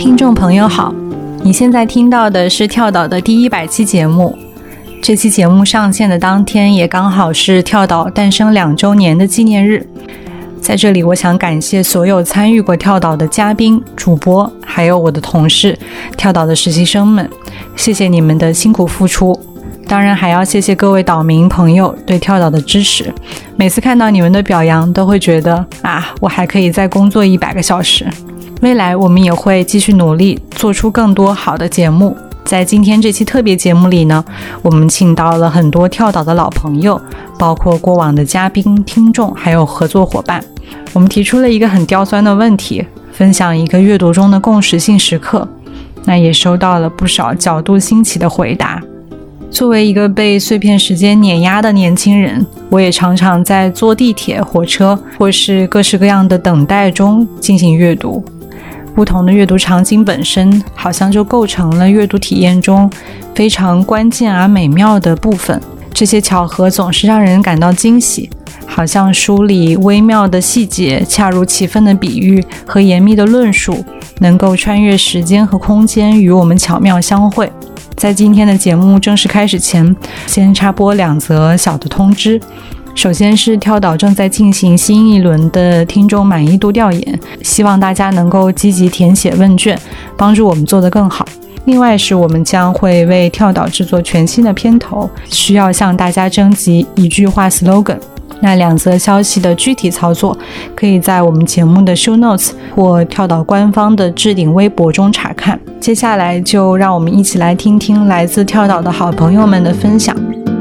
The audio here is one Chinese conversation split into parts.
听众朋友好，你现在听到的是跳岛的第100期节目。这期节目上线的当天也刚好是跳岛诞生2周年的纪念日。在这里我想感谢所有参与过跳岛的嘉宾、主播，还有我的同事、跳岛的实习生们，谢谢你们的辛苦付出。当然还要谢谢各位岛民朋友对跳岛的支持，每次看到你们的表扬都会觉得我还可以再工作100个小时。未来我们也会继续努力做出更多好的节目。在今天这期特别节目里呢，我们请到了很多跳岛的老朋友，包括过往的嘉宾、听众还有合作伙伴。我们提出了一个很刁钻的问题，分享一个阅读中的共识性时刻，那也收到了不少角度新奇的回答。作为一个被碎片时间碾压的年轻人，我也常常在坐地铁、火车或是各式各样的等待中进行阅读。不同的阅读场景本身好像就构成了阅读体验中非常关键而美妙的部分，这些巧合总是让人感到惊喜，好像书里微妙的细节、恰如其分的比喻和严密的论述能够穿越时间和空间与我们巧妙相会。在今天的节目正式开始前，先插播2则小的通知。首先是跳岛正在进行新一轮的听众满意度调研，希望大家能够积极填写问卷，帮助我们做得更好。另外是我们将会为跳岛制作全新的片头，需要向大家征集1句话 slogan。那2则消息的具体操作可以在我们节目的 show notes 或跳岛官方的置顶微博中查看。接下来就让我们一起来听听来自跳岛的好朋友们的分享。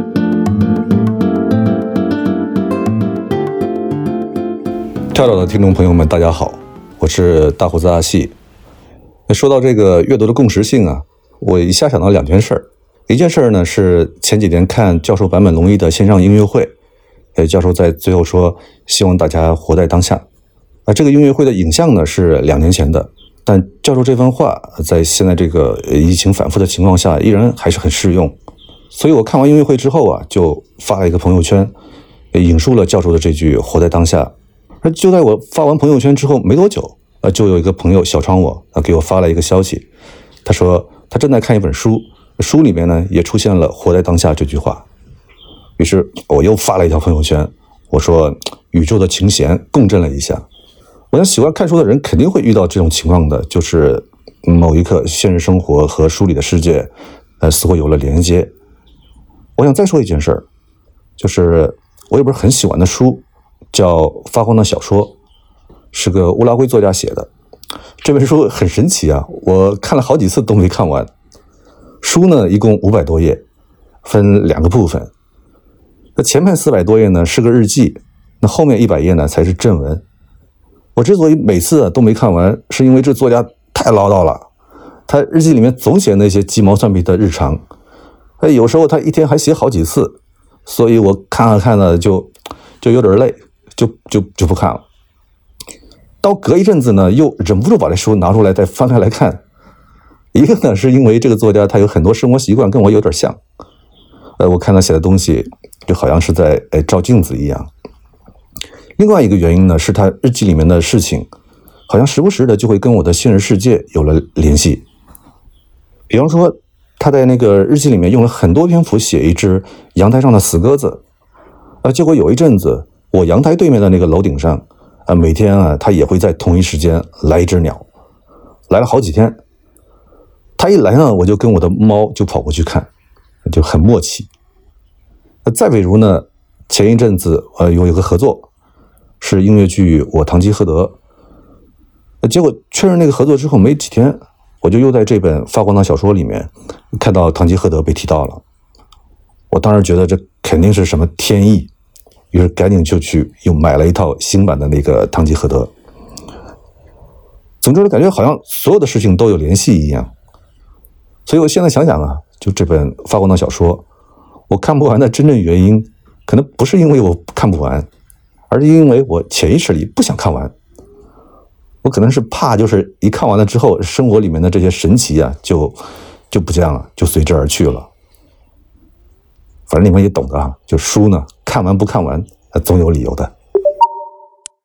跳岛的听众朋友们大家好，我是大胡子阿细。说到这个阅读的共识性我一下想到2件事儿。一件事呢是前几天看教授坂本龙一的线上音乐会，教授在最后说希望大家活在当下。这个音乐会的影像呢是2年前的，但教授这番话在现在这个疫情反复的情况下依然还是很适用。所以我看完音乐会之后就发了一个朋友圈，引述了教授的这句活在当下。而就在我发完朋友圈之后没多久，就有一个朋友小窗我给我发了一个消息，他说他正在看一本书，书里面呢也出现了活在当下这句话。于是我又发了一条朋友圈，我说宇宙的琴弦共振了一下。我想喜欢看书的人肯定会遇到这种情况的，就是某一刻现实生活和书里的世界似乎有了连接。我想再说一件事儿，就是我有本很喜欢的书叫《发光的小说》，是个乌拉圭作家写的。这本书很神奇我看了好几次都没看完。书呢一共500多页，分2个部分。那前面400多页呢是个日记，那后面100页呢才是正文。我之所以每次都没看完，是因为这作家太唠叨了。他日记里面总写那些鸡毛蒜皮的日常，有时候他一天还写好几次，所以我看了就有点累，就不看了。到隔一阵子呢，又忍不住把这书拿出来再翻开来看。一个呢是因为这个作家他有很多生活习惯跟我有点像，我看他写的东西就好像是在照镜子一样。另外一个原因呢是他日记里面的事情好像时不时的就会跟我的现实世界有了联系。比方说他在那个日记里面用了很多篇幅写一只阳台上的死鸽子，结果有一阵子我阳台对面的那个楼顶上每天他也会在同一时间来一只鸟，来了好几天。他一来呢，我就跟我的猫就跑过去看，就很默契。再比如呢，前一阵子有一个合作，是音乐剧《我堂吉诃德》，结果确认那个合作之后没几天，我就又在这本发光的小说里面看到堂吉诃德被提到了。我当时觉得这肯定是什么天意，于是赶紧就去又买了一套新版的那个堂吉诃德。总之感觉好像所有的事情都有联系一样。所以我现在想想就这本发光的小说，我看不完的真正原因可能不是因为我看不完，而是因为我潜意识里不想看完。我可能是怕就是一看完了之后，生活里面的这些神奇就不见了，就随之而去了。反正你们也懂的就书呢看完不看完总有理由的。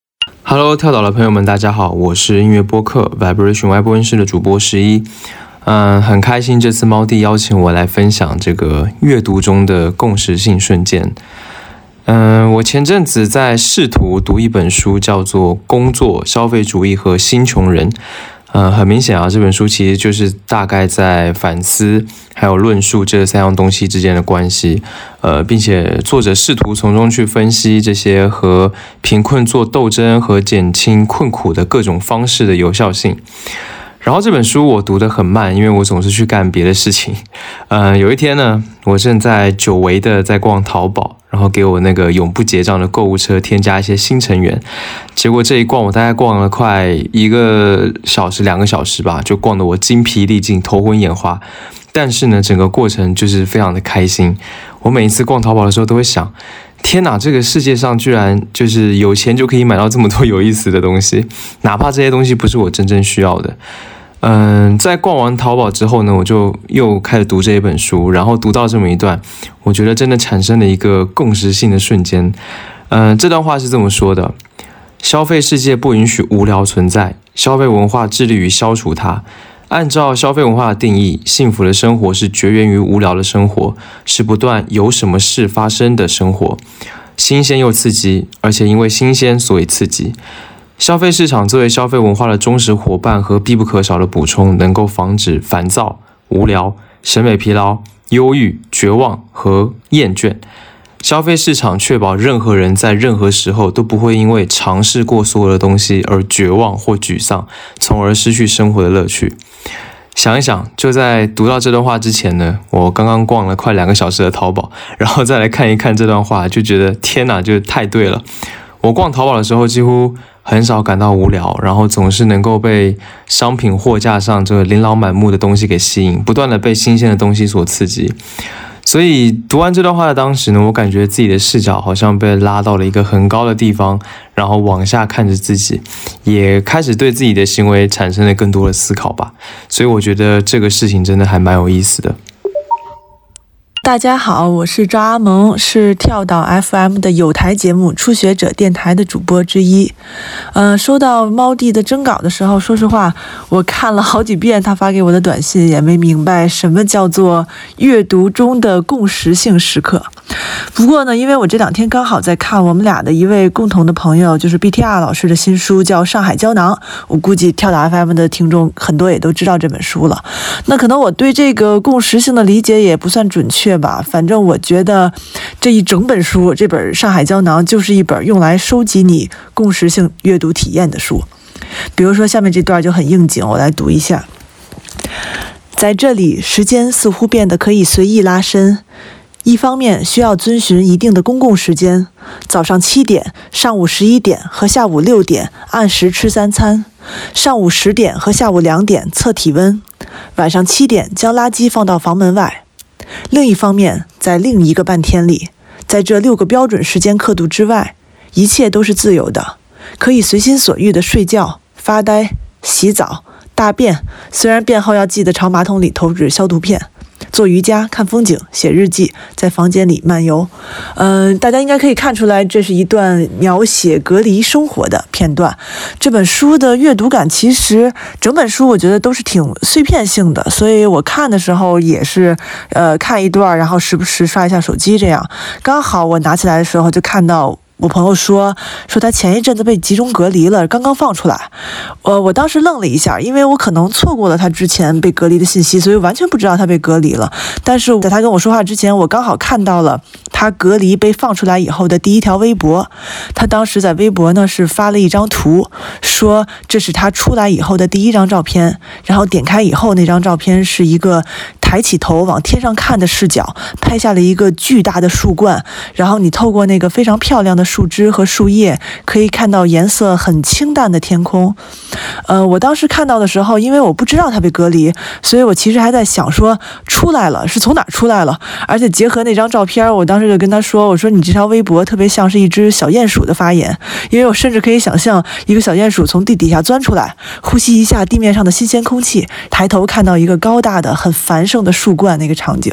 Hello， 跳岛的朋友们，大家好，我是音乐播客 Vibration 外播音室的主播11。很开心这次猫弟邀请我来分享这个阅读中的共识性瞬间。我前阵子在试图读一本书，叫做《工作、消费主义和新穷人》。很明显啊，这本书其实就是大概在反思还有论述这三样东西之间的关系，并且作者试图从中去分析这些和贫困做斗争和减轻困苦的各种方式的有效性。然后这本书我读得很慢，因为我总是去干别的事情。有一天呢，我正在久违的在逛淘宝，然后给我那个永不结账的购物车添加一些新成员。结果这一逛，我大概逛了快1个小时、2个小时吧，就逛得我精疲力尽、头昏眼花。但是呢，整个过程就是非常的开心。我每一次逛淘宝的时候都会想，天哪，这个世界上居然就是有钱就可以买到这么多有意思的东西，哪怕这些东西不是我真正需要的。在逛完淘宝之后呢，我就又开始读这一本书，然后读到这么一段，我觉得真的产生了一个共识性的瞬间。这段话是这么说的：消费世界不允许无聊存在，消费文化致力于消除它。按照消费文化的定义，幸福的生活是绝缘于无聊的生活，是不断有什么事发生的生活，新鲜又刺激，而且因为新鲜所以刺激。消费市场作为消费文化的忠实伙伴和必不可少的补充，能够防止烦躁、无聊、审美疲劳、忧郁、绝望和厌倦。消费市场确保任何人在任何时候都不会因为尝试过所有的东西而绝望或沮丧，从而失去生活的乐趣。想一想，就在读到这段话之前呢，我刚刚逛了快2个小时的淘宝，然后再来看一看这段话，就觉得天哪，就太对了。我逛淘宝的时候几乎很少感到无聊，然后总是能够被商品货架上这个琳琅满目的东西给吸引，不断的被新鲜的东西所刺激。所以读完这段话的当时呢，我感觉自己的视角好像被拉到了一个很高的地方，然后往下看着自己，也开始对自己的行为产生了更多的思考吧。所以我觉得这个事情真的还蛮有意思的。 大家好，我是赵阿萌，是跳岛 FM 的有台节目初学者电台的主播之一。收到猫弟的征稿的时候，说实话，我看了好几遍他发给我的短信，也没明白什么叫做阅读中的共识性时刻。不过呢，因为我这2天刚好在看我们俩的一位共同的朋友，就是 BTR 老师的新书，叫《上海胶囊》。我估计跳岛 FM 的听众很多也都知道这本书了。那可能我对这个共识性的理解也不算准确吧，反正我觉得这一整本书，这本《上海胶囊》就是一本用来收集你共识性阅读体验的书。比如说下面这段就很应景，我来读一下。在这里，时间似乎变得可以随意拉伸。一方面需要遵循一定的公共时间，早上7点、上午11点和下午6点按时吃3餐，上午10点和下午2点测体温，晚上7点将垃圾放到房门外。另一方面，在另一个半天里，在这6个标准时间刻度之外，一切都是自由的，可以随心所欲地睡觉、发呆、洗澡、大便，虽然便后要记得朝马桶里投掷消毒片。做瑜伽、看风景、写日记，在房间里漫游。大家应该可以看出来，这是一段描写隔离生活的片段。这本书的阅读感，其实整本书我觉得都是挺碎片性的，所以我看的时候也是看一段，然后时不时刷一下手机，这样刚好我拿起来的时候就看到我朋友说他前一阵子被集中隔离了，刚刚放出来。我当时愣了一下，因为我可能错过了他之前被隔离的信息，所以完全不知道他被隔离了。但是在他跟我说话之前，我刚好看到了他隔离被放出来以后的第一条微博。他当时在微博呢是发了一张图，说这是他出来以后的第一张照片，然后点开以后那张照片是一个抬起头往天上看的视角，拍下了一个巨大的树冠，然后你透过那个非常漂亮的树枝和树叶，可以看到颜色很清淡的天空。我当时看到的时候，因为我不知道他被隔离，所以我其实还在想说出来了是从哪儿出来了，而且结合那张照片，我当时就跟他说，我说你这条微博特别像是一只小鼹鼠的发言，因为我甚至可以想象一个小鼹鼠从地底下钻出来，呼吸一下地面上的新鲜空气，抬头看到一个高大的很繁盛的树冠那个场景。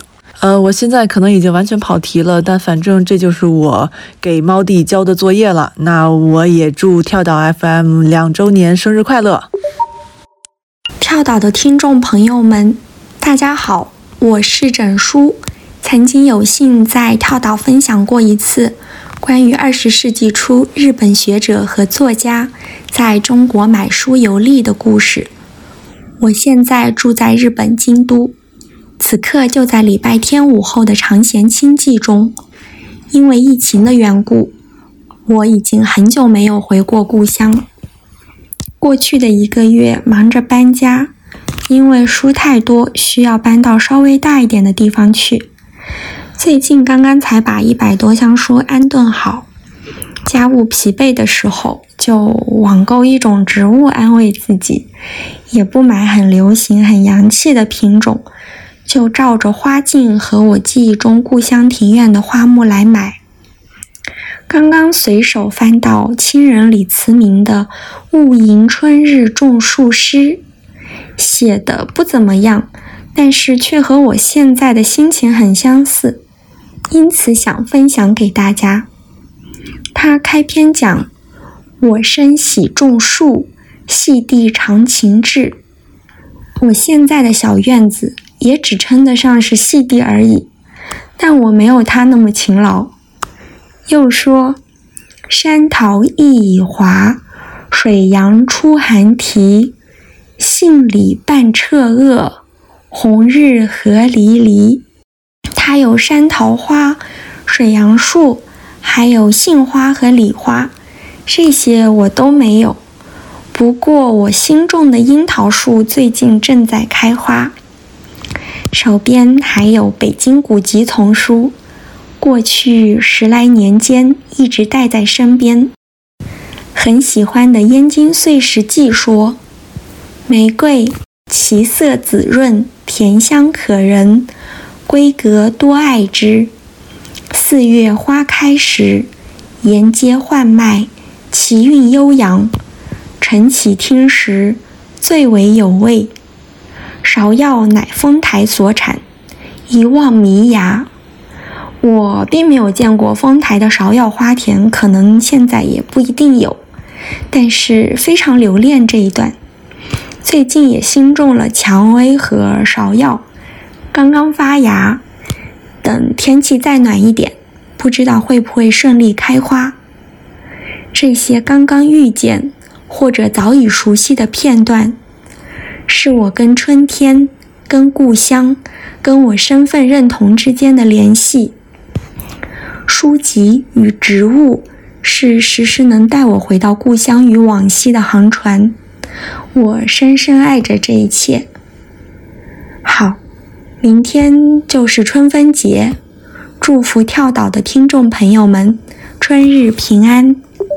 我现在可能已经完全跑题了，但反正这就是我给猫弟交的作业了。那我也祝跳岛 FM 2周年生日快乐！ 跳岛的听众朋友们，大家好，我是枕书。曾经有幸在跳岛分享过一次关于20世纪初日本学者和作家在中国买书游历的故事。我现在住在日本京都，此刻就在礼拜天午后的长闲清寂中。因为疫情的缘故，我已经很久没有回过故乡。过去的1个月忙着搬家，因为书太多，需要搬到稍微大一点的地方去。最近刚刚才把100多箱书安顿好，家务疲惫的时候就网购一种植物安慰自己，也不买很流行很洋气的品种，就照着花径和我记忆中故乡庭院的花木来买。刚刚随手翻到亲人李慈铭的《雾迎春日种树诗》，写的不怎么样，但是却和我现在的心情很相似，因此想分享给大家。他开篇讲：我生喜种树，细地常情志。我现在的小院子也只称得上是细地而已，但我没有他那么勤劳。又说：山桃意已华，水杨出寒啼，杏李半彻萼，红日和离离。它有山桃花、水杨树，还有杏花和李花，这些我都没有。不过我新种的樱桃树最近正在开花。手边还有北京古籍丛书，过去10来年间一直带在身边。很喜欢的《燕京岁时记》说：玫瑰其色紫润，甜香可人，闺阁多爱之。4月花开时，沿街换卖，其韵悠扬。晨起听时，最为有味。芍药乃丰台所产，一望弥芽。我并没有见过丰台的芍药花田，可能现在也不一定有，但是非常留恋这一段。最近也新种了蔷薇和芍药，刚刚发芽，等天气再暖一点，不知道会不会顺利开花。这些刚刚遇见或者早已熟悉的片段，是我跟春天、跟故乡、跟我身份认同之间的联系。书籍与植物是时时能带我回到故乡与往昔的航船，我深深爱着这一切。好，明天就是春分节，祝福跳岛的听众朋友们春日平安。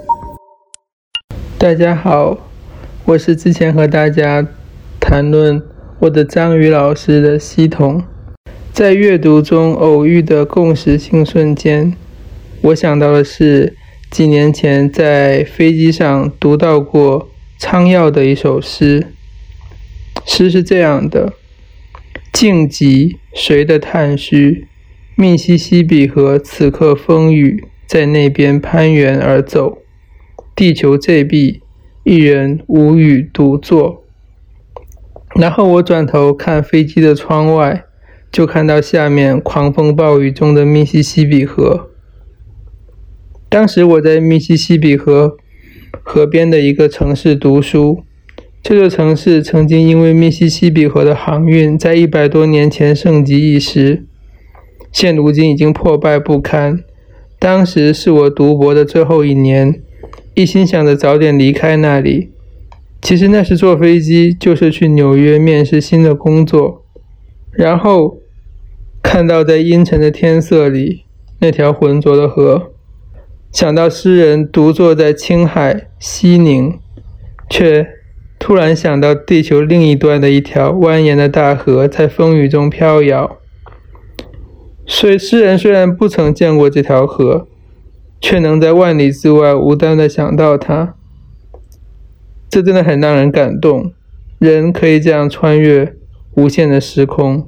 大家好，我是之前和大家谈论我的张宇老师的系统。在阅读中偶遇的共识性瞬间，我想到的是几年前在飞机上读到过昌耀的一首诗。诗是这样的：静极谁的叹息，密西西比河此刻风雨，在那边攀援而走，地球这壁一人无语独坐。然后我转头看飞机的窗外，就看到下面狂风暴雨中的密西西比河。当时我在密西西比河边的一个城市读书，这座城市曾经因为密西西比河的航运在100多年前盛极一时，现如今已经破败不堪。当时是我读博的最后1年，一心想着早点离开那里。其实那时坐飞机就是去纽约面试新的工作，然后看到在阴沉的天色里那条浑浊的河，想到诗人独坐在青海西宁，却突然想到地球另一端的一条蜿蜒的大河在风雨中飘摇。所以诗人虽然不曾见过这条河，却能在万里之外无端地想到它。这真的很让人感动，人可以这样穿越无限的时空。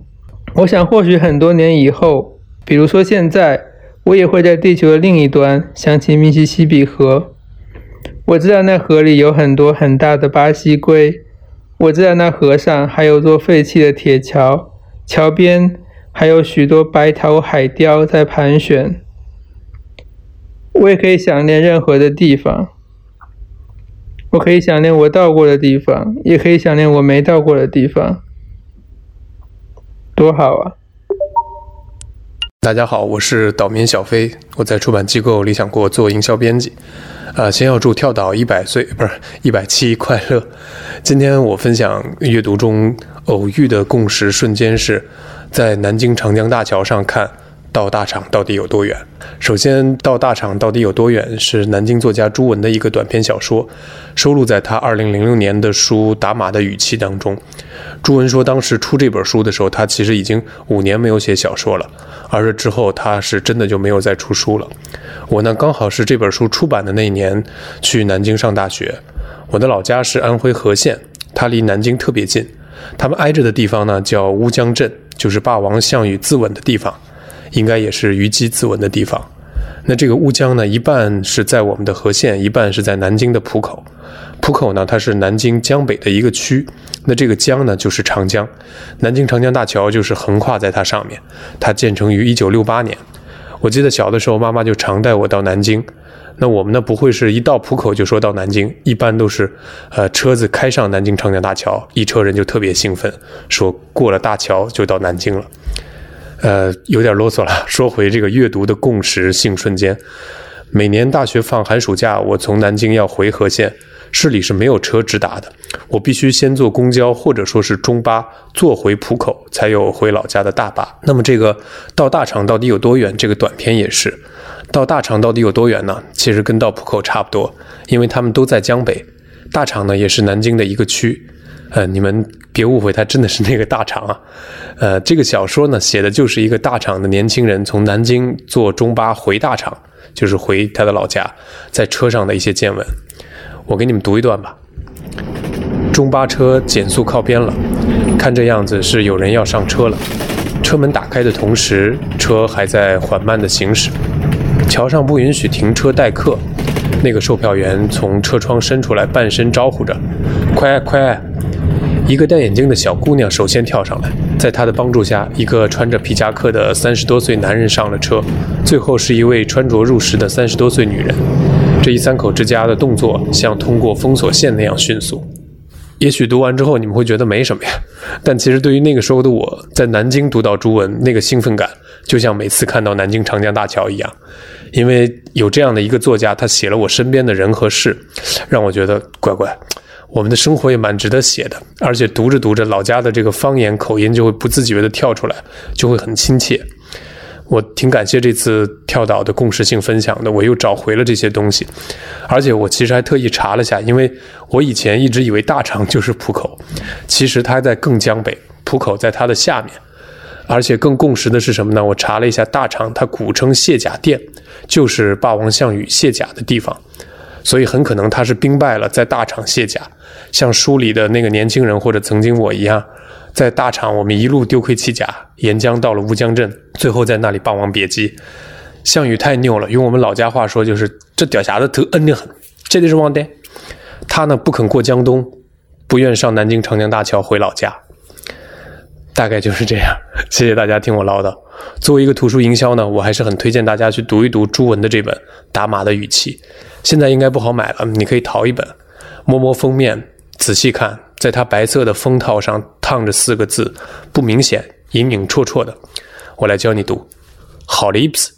我想或许很多年以后，比如说现在，我也会在地球的另一端想起密西西比河。我知道那河里有很多很大的巴西龟，我知道那河上还有座废弃的铁桥，桥边还有许多白头海雕在盘旋。我也可以想念任何的地方，我可以想念我到过的地方，也可以想念我没到过的地方，多好啊！ 大家好，我是岛民小飞，我在出版机构理想国做营销编辑。先要祝跳岛100期快乐。今天我分享阅读中偶遇的共识瞬间是在南京长江大桥上看到大厂到底有多远。首先，到大厂到底有多远是南京作家朱文的一个短篇小说，收录在他2006年的书《打马的语气》当中。朱文说，当时出这本书的时候，他其实已经5年没有写小说了，而是之后他是真的就没有再出书了。我呢，刚好是这本书出版的那一年去南京上大学。我的老家是安徽和县，它离南京特别近。他们挨着的地方呢叫乌江镇，就是霸王项羽自刎的地方，应该也是虞姬自刎的地方。那这个乌江呢，一半是在我们的和县，一半是在南京的浦口。浦口呢，它是南京江北的一个区，那这个江呢就是长江，南京长江大桥就是横跨在它上面。它建成于1968年。我记得小的时候，妈妈就常带我到南京。那我们呢，不会是一到浦口就说到南京，一般都是车子开上南京长江大桥，一车人就特别兴奋，说过了大桥就到南京了。有点啰嗦了。说回这个阅读的共识性瞬间，每年大学放寒暑假，我从南京要回和县，市里是没有车直达的，我必须先坐公交或者说是中巴坐回浦口，才有回老家的大巴。那么这个到大厂到底有多远，这个短片也是。到大厂到底有多远呢？其实跟到浦口差不多，因为他们都在江北。大厂呢也是南京的一个区。你们别误会，它真的是那个大厂啊。这个小说呢写的就是一个大厂的年轻人从南京坐中巴回大厂，就是回他的老家，在车上的一些见闻。我给你们读一段吧。中巴车减速靠边了，看这样子是有人要上车了。车门打开的同时，车还在缓慢的行驶。桥上不允许停车待客，那个售票员从车窗伸出来，半身招呼着：“快快！”一个戴眼镜的小姑娘首先跳上来，在她的帮助下，一个穿着皮夹克的30多岁男人上了车，最后是一位穿着入时的30多岁女人。这一3口之家的动作像通过封锁线那样迅速。也许读完之后你们会觉得没什么呀，但其实对于那个时候的我，在南京读到朱文，那个兴奋感就像每次看到南京长江大桥一样。因为有这样的一个作家，他写了我身边的人和事，让我觉得乖，我们的生活也蛮值得写的。而且读着读着，老家的这个方言口音就会不自觉地跳出来，就会很亲切。我挺感谢这次跳岛的共识性分享的，我又找回了这些东西。而且我其实还特意查了下，因为我以前一直以为大厂就是浦口，其实它在更江北，浦口在它的下面。而且更共识的是什么呢？我查了一下，大厂它古称卸甲店，就是霸王项羽卸甲的地方，所以很可能他是兵败了，在大厂卸甲，像书里的那个年轻人或者曾经我一样，在大厂我们一路丢盔弃甲，沿江到了乌江镇，最后在那里霸王别姬。项羽太拗了，用我们老家话说就是这屌匣子头恩得很，这就是王呆。他呢不肯过江东，不愿上南京长江大桥回老家。大概就是这样，谢谢大家听我唠叨。作为一个图书营销呢，我还是很推荐大家去读一读朱文的这本《打马的语气》。现在应该不好买了，你可以淘一本，摸摸封面，仔细看，在它白色的封套上烫着4个字，不明显，隐隐绰绰的。我来教你读，好的意思。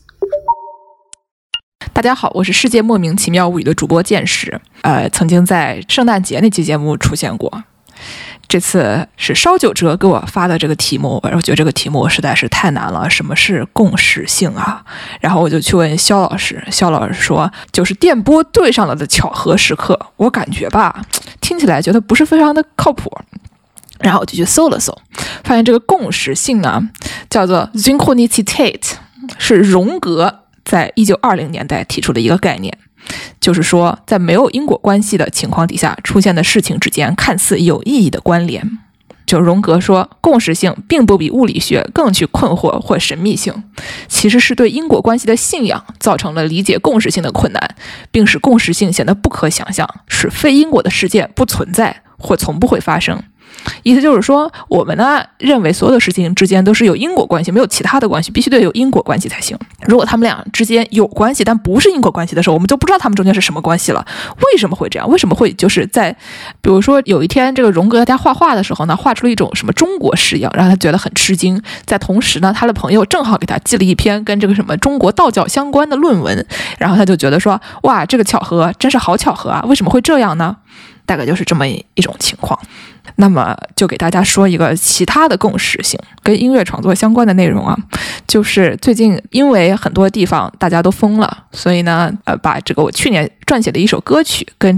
大家好，我是世界莫名其妙物语的主播剑石，曾经在圣诞节那期节目出现过。这次是烧酒哲给我发的这个题目，我觉得这个题目实在是太难了，什么是共识性啊？然后我就去问肖老师，肖老师说就是电波对上了的巧合时刻。我感觉吧，听起来觉得不是非常的靠谱。然后我就去搜了搜，发现这个共识性呢叫做 Synchronicität， 是荣格在1920年代提出的一个概念。就是说在没有因果关系的情况底下出现的事情之间看似有意义的关联。 就荣格说，共识性并不比物理学更具困惑或神秘性，其实是对因果关系的信仰造成了理解共识性的困难，并使共识性显得不可想象，使非因果的事件不存在或从不会发生。意思就是说，我们呢认为所有的事情之间都是有因果关系，没有其他的关系，必须得有因果关系才行。如果他们俩之间有关系但不是因果关系的时候，我们就不知道他们中间是什么关系了。为什么会这样？为什么会就是在比如说有一天这个荣格在家画画的时候呢，画出了一种什么中国式样，让他觉得很吃惊。在同时呢，他的朋友正好给他寄了一篇跟这个什么中国道教相关的论文，然后他就觉得说，哇，这个巧合真是好巧合啊，为什么会这样呢？大概就是这么一种情况。那么就给大家说一个其他的共识性跟音乐创作相关的内容啊，就是最近因为很多地方大家都疯了，所以呢把这个我去年撰写的一首歌曲跟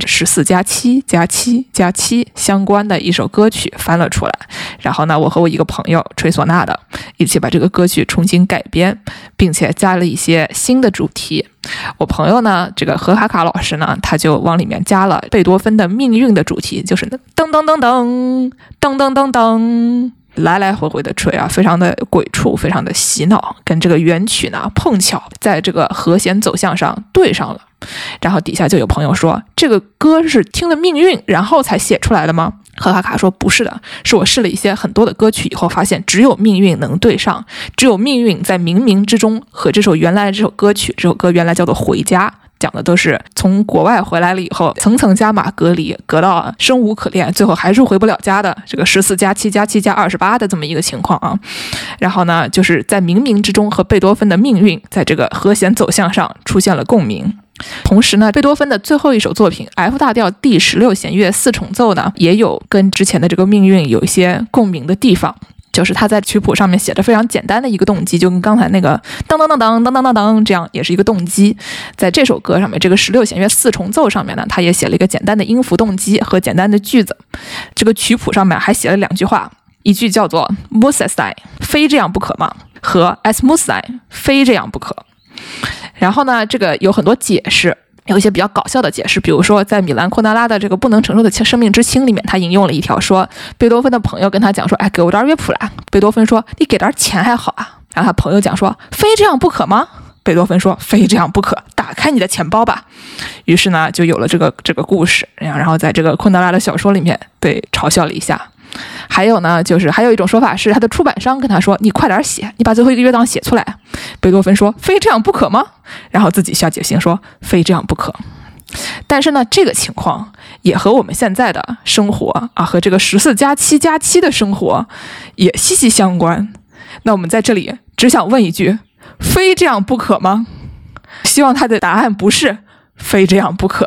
14+7+7+7相关的一首歌曲翻了出来，然后呢我和我一个朋友吹唢呐的一起把这个歌曲重新改编，并且加了一些新的主题。我朋友呢，这个何卡卡老师呢，他就往里面加了贝多芬的命运的主题，就是噔噔噔噔噔噔噔噔，来来回回的吹啊，非常的鬼畜，非常的洗脑，跟这个原曲呢碰巧在这个和弦走向上对上了。然后底下就有朋友说，这个歌是听了命运然后才写出来的吗？何卡卡说不是的，是我试了一些很多的歌曲以后发现，只有命运能对上，只有命运在冥冥之中和这首原来的这首歌曲，这首歌原来叫做回家，讲的都是从国外回来了以后层层加码隔离，隔到生无可恋，最后还是回不了家的这个14+7+7+28的这么一个情况啊。然后呢，就是在冥冥之中和贝多芬的命运在这个和弦走向上出现了共鸣。同时呢，贝多芬的最后一首作品 F 大调第16弦乐4重奏呢，也有跟之前的这个命运有一些共鸣的地方。就是他在曲谱上面写的非常简单的一个动机，就跟刚才那个当当当当当当当当这样，也是一个动机。在这首歌上面，这个16弦乐4重奏上面呢，他也写了一个简单的音符动机和简单的句子。这个曲谱上面还写了2句话，一句叫做 Musestai 非这样不可吗？和 Es musai 非这样不可。然后呢，这个有很多解释，有一些比较搞笑的解释，比如说在米兰昆德拉的这个不能承受的生命之轻里面，他引用了一条说，贝多芬的朋友跟他讲说，哎，给我点乐谱来。贝多芬说，你给点钱还好啊。然后他朋友讲说，非这样不可吗？贝多芬说，非这样不可，打开你的钱包吧。于是呢，就有了这个故事，然后在这个昆德拉的小说里面被嘲笑了一下。还有呢，就是还有一种说法是，他的出版商跟他说，你快点写，你把最后一个乐章写出来。贝多芬说，非这样不可吗？然后自己下决心说，非这样不可。但是呢，这个情况也和我们现在的生活啊，和这个14+7+7的生活也息息相关。那我们在这里只想问一句，非这样不可吗？希望他的答案不是非这样不可。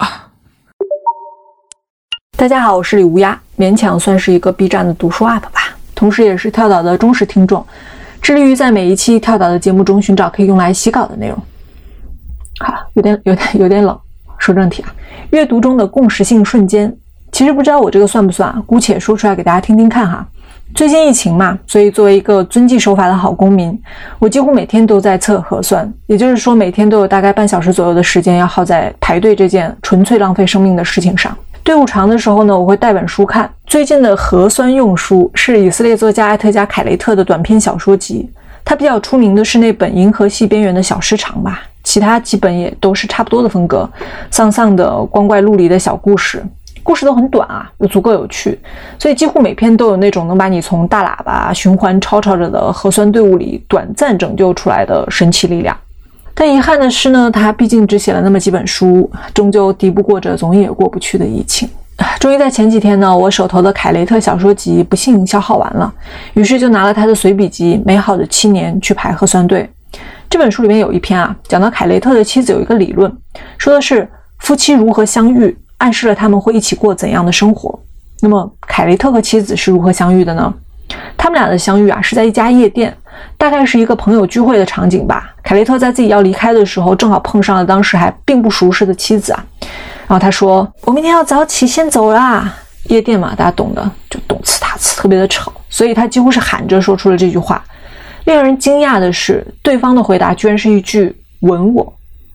大家好，我是李无涯，勉强算是一个 B 站的读书 UP 吧，同时也是跳岛的忠实听众，致力于在每一期跳岛的节目中寻找可以用来洗稿的内容。好，有点冷。说正题啊，阅读中的共识性瞬间，其实不知道我这个算不算啊，姑且说出来给大家听听看哈。最近疫情嘛，所以作为一个遵纪守法的好公民，我几乎每天都在测核酸，也就是说每天都有大概半小时左右的时间要耗在排队这件纯粹浪费生命的事情上。队伍长的时候呢，我会带本书看。最近的核酸用书是以色列作家艾特加·凯雷特的短篇小说集，他比较出名的是那本《银河系边缘的小市场》吧，其他几本也都是差不多的风格，丧丧的光怪陆离的小故事，故事都很短啊，又足够有趣，所以几乎每篇都有那种能把你从大喇叭循环吵吵着的核酸队伍里短暂拯救出来的神奇力量。但遗憾的是呢，他毕竟只写了那么几本书，终究敌不过这总也过不去的疫情。终于在前几天呢，我手头的凯雷特小说集不幸消耗完了，于是就拿了他的随笔集《美好的7年》去排核酸队。这本书里面有一篇啊，讲到凯雷特的妻子有一个理论，说的是夫妻如何相遇，暗示了他们会一起过怎样的生活。那么凯雷特和妻子是如何相遇的呢？他们俩的相遇啊，是在一家夜店，大概是一个朋友聚会的场景吧。凯雷特在自己要离开的时候，正好碰上了当时还并不熟识的妻子啊。然后他说，我明天要早起先走啦。夜店嘛，大家懂的，就动词打词特别的吵，所以他几乎是喊着说出了这句话。令人惊讶的是，对方的回答居然是一句吻我。这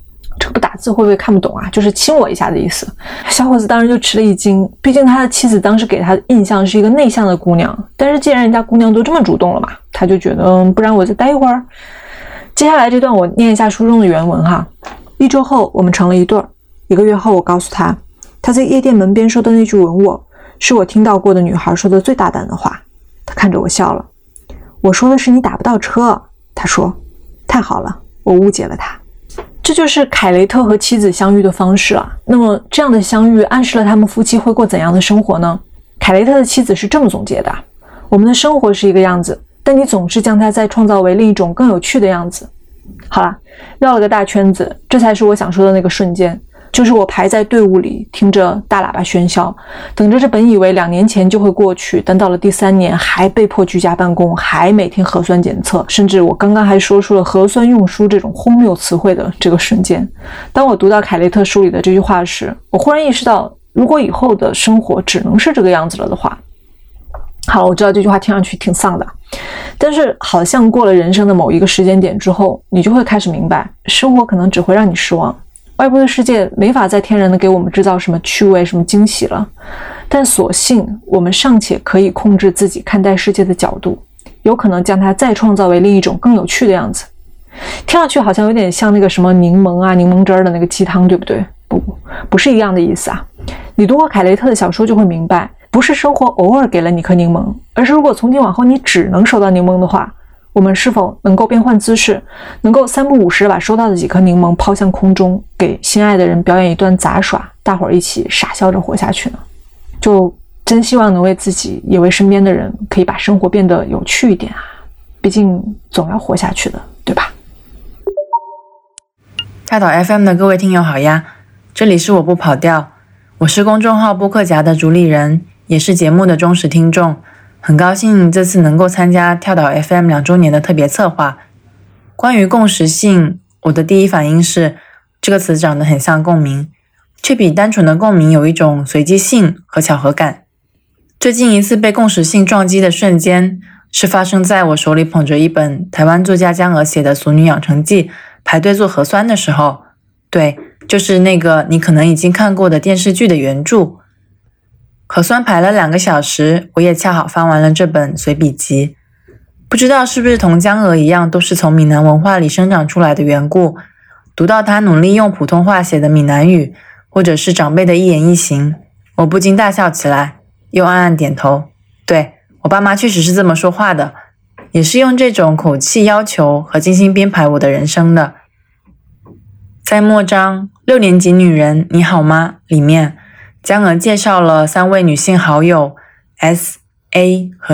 不打字会不会看不懂啊？就是亲我一下的意思。小伙子当时就吃了一惊，毕竟他的妻子当时给他的印象是一个内向的姑娘，但是既然人家姑娘都这么主动了嘛，他就觉得不然我再待一会儿。接下来这段我念一下书中的原文哈。1周后我们成了一对儿，1个月后我告诉他，他在夜店门边说的那句吻我，是我听到过的女孩说的最大胆的话。他看着我笑了。我说的是你打不到车。他说，太好了，我误解了他。这就是凯雷特和妻子相遇的方式啊。那么这样的相遇暗示了他们夫妻会过怎样的生活呢？凯雷特的妻子是这么总结的：我们的生活是一个样子，但你总是将它再创造为另一种更有趣的样子。好了，绕了个大圈子，这才是我想说的那个瞬间，就是我排在队伍里，听着大喇叭喧嚣，等着这本以为2年前就会过去，但到了第3年还被迫居家办公，还每天核酸检测，甚至我刚刚还说出了核酸用书这种荒谬词汇的这个瞬间。当我读到凯雷特书里的这句话时，我忽然意识到，如果以后的生活只能是这个样子了的话，好，我知道这句话听上去挺丧的，但是好像过了人生的某一个时间点之后，你就会开始明白，生活可能只会让你失望。外部的世界没法再天然的给我们制造什么趣味、什么惊喜了，但所幸我们尚且可以控制自己看待世界的角度，有可能将它再创造为另一种更有趣的样子。听上去好像有点像那个什么柠檬啊、柠檬汁儿的那个鸡汤，对不对？不是一样的意思啊。你读过凯雷特的小说就会明白，不是生活偶尔给了你颗柠檬，而是如果从今往后你只能收到柠檬的话，我们是否能够变换姿势，能够3不5时把收到的几颗柠檬抛向空中，给心爱的人表演一段杂耍，大伙儿一起傻笑着活下去呢？就真希望能为自己也为身边的人可以把生活变得有趣一点啊，毕竟总要活下去的，对吧？ 跳岛 FM 的各位听友好呀，这里是我不跑调，我是公众号播客夹的主理人，也是节目的忠实听众。很高兴这次能够参加跳岛 FM 2周年的特别策划。关于共识性，我的第一反应是这个词长得很像共鸣，却比单纯的共鸣有一种随机性和巧合感。最近一次被共识性撞击的瞬间，是发生在我手里捧着一本台湾作家江娥写的《俗女养成记》排队做核酸的时候。对，就是那个你可能已经看过的电视剧的原著。核酸排了2个小时，我也恰好翻完了这本随笔集。不知道是不是同江娥一样，都是从闽南文化里生长出来的缘故，读到他努力用普通话写的闽南语，或者是长辈的一言一行，我不禁大笑起来，又暗暗点头。对，我爸妈确实是这么说话的，也是用这种口气要求和精心编排我的人生的。在末章6年级女人你好吗里面，江娥介绍了3位女性好友 S、A 和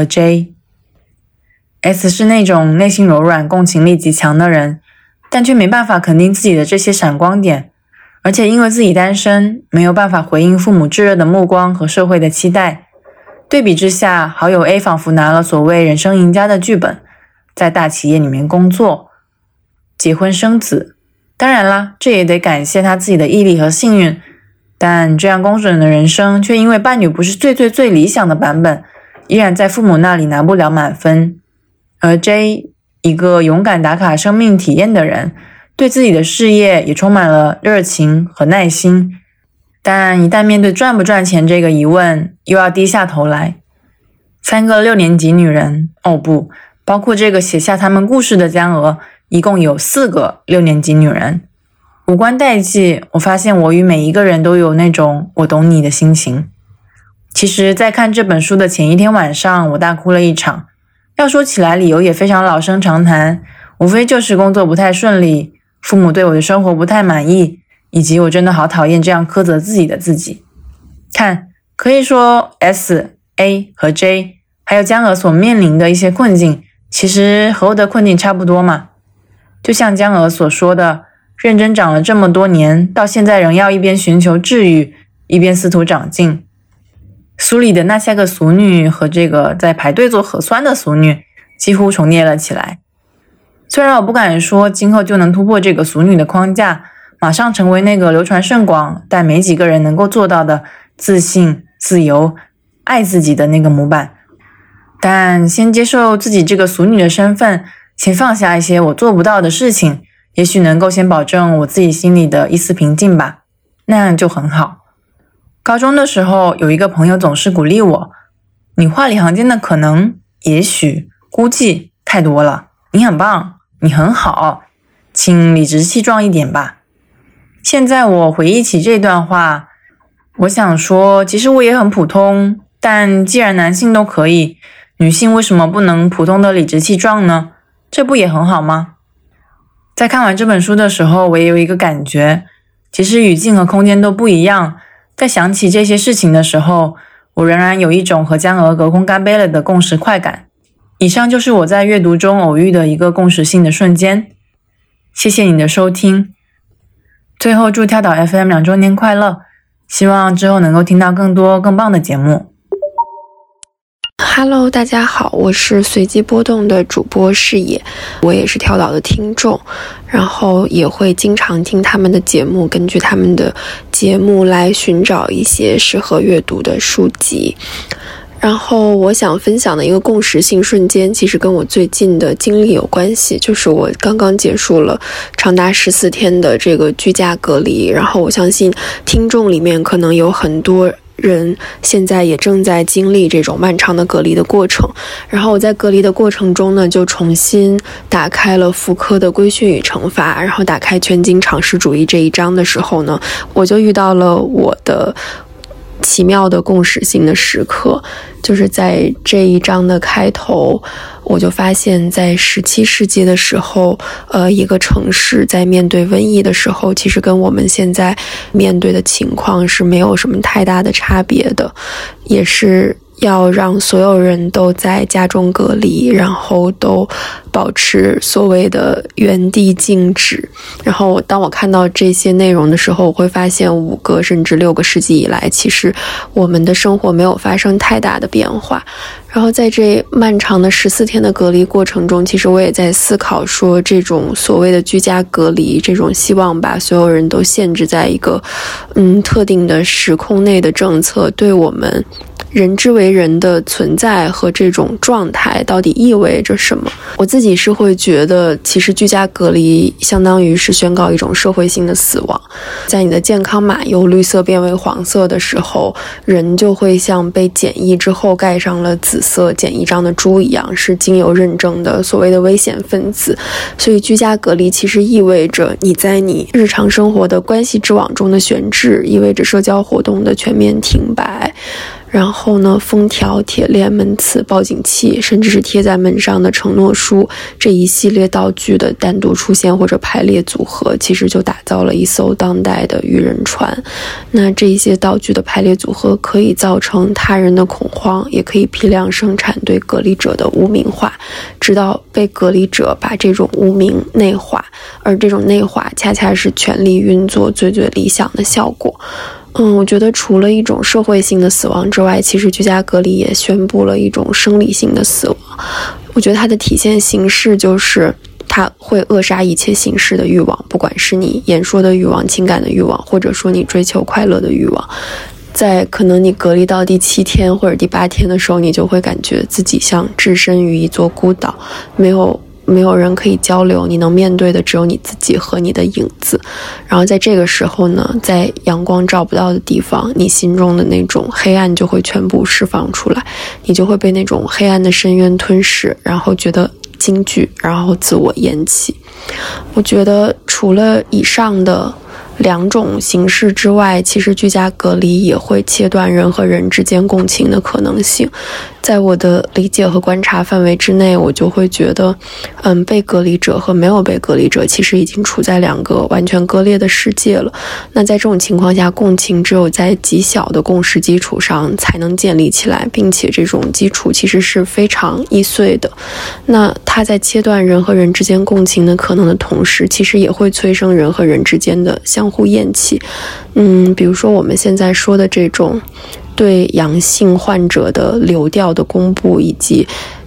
J。S 是那种内心柔软、共情力极强的人，但却没办法肯定自己的这些闪光点，而且因为自己单身，没有办法回应父母炙热的目光和社会的期待。对比之下，好友 A 仿佛拿了所谓人生赢家的剧本，在大企业里面工作、结婚生子。当然啦，这也得感谢他自己的毅力和幸运，但这样工整的人生却因为伴侣不是最理想的版本，依然在父母那里拿不了满分。而 J， 一个勇敢打卡生命体验的人，对自己的事业也充满了热情和耐心，但一旦面对赚不赚钱这个疑问，又要低下头来。3个6年级女人，哦不，包括这个写下他们故事的江娥，一共有4个6年级女人。无关代际，我发现我与每一个人都有那种我懂你的心情。其实在看这本书的前一天晚上，我大哭了一场。要说起来理由也非常老生常谈，无非就是工作不太顺利，父母对我的生活不太满意，以及我真的好讨厌这样苛责自己的自己。看，可以说 S、A 和 J 还有江娥所面临的一些困境，其实和我的困境差不多嘛。就像江娥所说的，认真长了这么多年，到现在仍要一边寻求治愈，一边试图长进。书里的那些个俗女和这个在排队做核酸的俗女几乎重叠了起来。虽然我不敢说今后就能突破这个俗女的框架，马上成为那个流传甚广但没几个人能够做到的自信、自由、爱自己的那个模板，但先接受自己这个俗女的身份，先放下一些我做不到的事情， 也许能够先保证我自己心里的一丝平静吧，那样就很好。高中的时候，有一个朋友总是鼓励我，你话里行间的可能、也许、估计太多了，你很棒，你很好，请理直气壮一点吧。现在我回忆起这段话，我想说，其实我也很普通，但既然男性都可以，女性为什么不能普通的理直气壮呢？这不也很好吗？在看完这本书的时候，我也有一个感觉，其实语境和空间都不一样，在想起这些事情的时候，我仍然有一种和江鹅隔空干杯了的共识快感。以上就是我在阅读中偶遇的一个共识性的瞬间。谢谢你的收听。最后祝跳岛 FM 2周年快乐，希望之后能够听到更多更棒的节目。 Hello， 大家好，我是随机波动的主播视野，我也是跳岛的听众，然后也会经常听他们的节目，根据他们的节目来寻找一些适合阅读的书籍。然后我想分享的一个共识性瞬间，其实跟我最近的经历有关系，就是我刚刚结束了长达14天的这个居家隔离，然后我相信听众里面可能有很多人现在也正在经历这种漫长的隔离的过程。然后我在隔离的过程中呢，就重新打开了福柯的《规训与惩罚》，然后打开全景场式主义这一章的时候呢，我就遇到了我的奇妙的共识性的时刻。就是在这一章的开头，我就发现在17世纪的时候，一个城市在面对瘟疫的时候，其实跟我们现在面对的情况是没有什么太大的差别的，也是要让所有人都在家中隔离，然后都保持所谓的原地静止。然后当我看到这些内容的时候，我会发现5个甚至6个世纪以来，其实我们的生活没有发生太大的变化。然后在这漫长的14天的隔离过程中，其实我也在思考说，这种所谓的居家隔离，这种希望把所有人都限制在一个特定的时空内的政策，对我们人之为人的存在和这种状态到底意味着什么。我自己是会觉得，其实居家隔离相当于是宣告一种社会性的死亡。在你的健康码由绿色变为黄色的时候，人就会像被检疫之后盖上了紫色检疫章的猪一样，是经由认证的所谓的危险分子。所以居家隔离其实意味着你在你日常生活的关系之网中的悬置，意味着社交活动的全面停摆。然后呢，封条、铁链、门刺、报警器，甚至是贴在门上的承诺书，这一系列道具的单独出现或者排列组合，其实就打造了一艘当代的渔人船。那这一些道具的排列组合可以造成他人的恐慌，也可以批量生产对隔离者的污名化，直到被隔离者把这种污名内化，而这种内化恰恰是权力运作最理想的效果。我觉得除了一种社会性的死亡之外，其实居家隔离也宣布了一种生理性的死亡。我觉得它的体现形式就是它会扼杀一切形式的欲望，不管是你言说的欲望、情感的欲望，或者说你追求快乐的欲望。在可能你隔离到第7天或者第8天的时候，你就会感觉自己像置身于一座孤岛，没有人可以交流，你能面对的只有你自己和你的影子。然后在这个时候呢，在阳光照不到的地方，你心中的那种黑暗就会全部释放出来，你就会被那种黑暗的深渊吞噬，然后觉得惊惧，然后自我厌弃。我觉得除了以上的2种形式之外，其实居家隔离也会切断人和人之间共情的可能性。在我的理解和观察范围之内，我就会觉得被隔离者和没有被隔离者其实已经处在2个完全割裂的世界了。那在这种情况下，共情只有在极小的共识基础上才能建立起来，并且这种基础其实是非常易碎的。那它在切断人和人之间共情的可能的同时，其实也会催生人和人之间的相互厌弃。比如说我们现在说的这种对阳性患者的流调的公布，以及